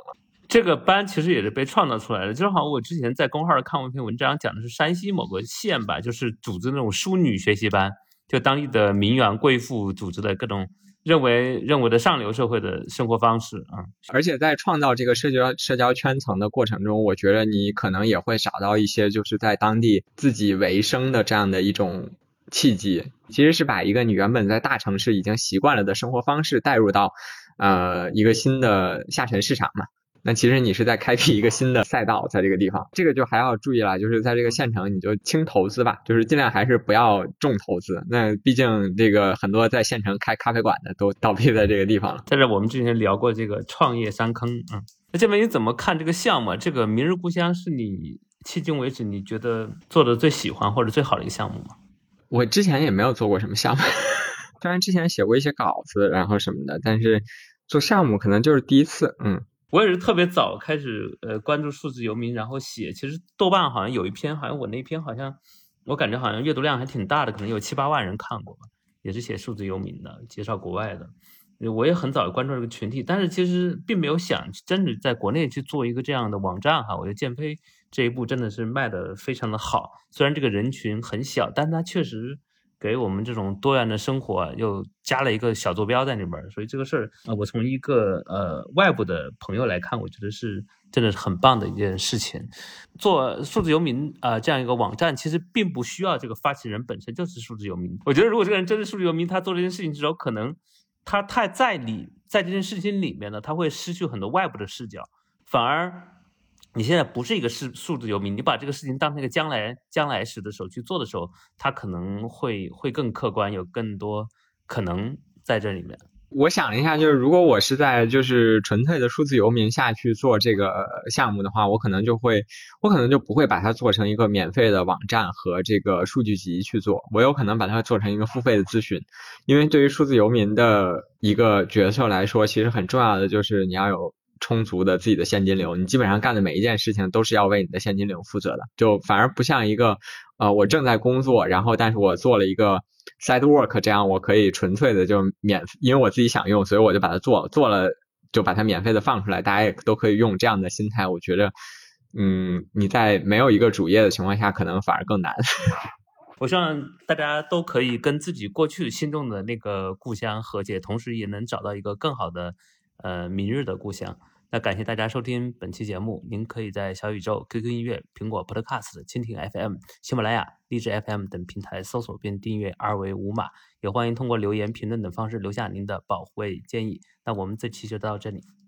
这个班其实也是被创造出来的，就好像我之前在公号上看过一篇文章，讲的是山西某个县吧，就是组织那种淑女学习班，就当地的名媛贵妇组织的各种认为的上流社会的生活方式啊。 而且在创造这个社交圈层的过程中，我觉得你可能也会找到一些就是在当地自己为生的这样的一种契机，其实是把一个你原本在大城市已经习惯了的生活方式带入到一个新的下沉市场嘛。那其实你是在开辟一个新的赛道在这个地方，这个就还要注意了，就是在这个县城你就轻投资吧，就是尽量还是不要重投资，那毕竟这个很多在县城开咖啡馆的都倒闭在这个地方了。 在这我们之前聊过这个创业三坑那这边你怎么看这个项目？这个明日故乡是你迄今为止你觉得做的最喜欢或者最好的一个项目吗？ 我之前也没有做过什么项目虽然之前写过一些稿子然后什么的，但是做项目可能就是第一次。 我也是特别早开始关注数字游民，然后写。其实豆瓣好像有一篇，好像我那篇好像我感觉好像阅读量还挺大的，可能有7、8万人看过吧，也是写数字游民的，介绍国外的。我也很早关注这个群体，但是其实并没有想真的在国内去做一个这样的网站哈。我觉得建飞这一步真的是卖的非常的好，虽然这个人群很小，但它确实给我们这种多元的生活又加了一个小坐标在里边，所以这个事儿我从一个外部的朋友来看，我觉得是真的是很棒的一件事情。做数字游民这样一个网站，其实并不需要这个发起人本身就是数字游民。我觉得如果这个人真是数字游民，他做这件事情之后，可能他太在这件事情里面呢，他会失去很多外部的视角，反而你现在不是一个数字游民，你把这个事情当成一个将来时的时候去做的时候，它可能会更客观，有更多可能在这里面。 我想了一下，就是如果我是在就是纯粹的数字游民下去做这个项目的话，我可能就不会把它做成一个免费的网站和这个数据集去做，我有可能把它做成一个付费的咨询。因为对于数字游民的一个角色来说，其实很重要的就是你要有充足的自己的现金流，你基本上干的每一件事情都是要为你的现金流负责的，就反而不像一个我正在工作，然后但是我做了一个side work， 这样我可以纯粹的就因为我自己想用，所以我就把它做了就把它免费的放出来，大家也都可以用，这样的心态我觉得你在没有一个主业的情况下可能反而更难我希望大家都可以跟自己过去心中的那个故乡和解，同时也能找到一个更好的明日的故乡。那感谢大家收听本期节目，您可以在小宇宙、QQ 音乐、苹果 Podcast、蜻蜓 FM、喜马拉雅、荔枝 FM 等平台搜索并订阅2维5码，也欢迎通过留言、评论等方式留下您的宝贵建议。那我们这期就到这里。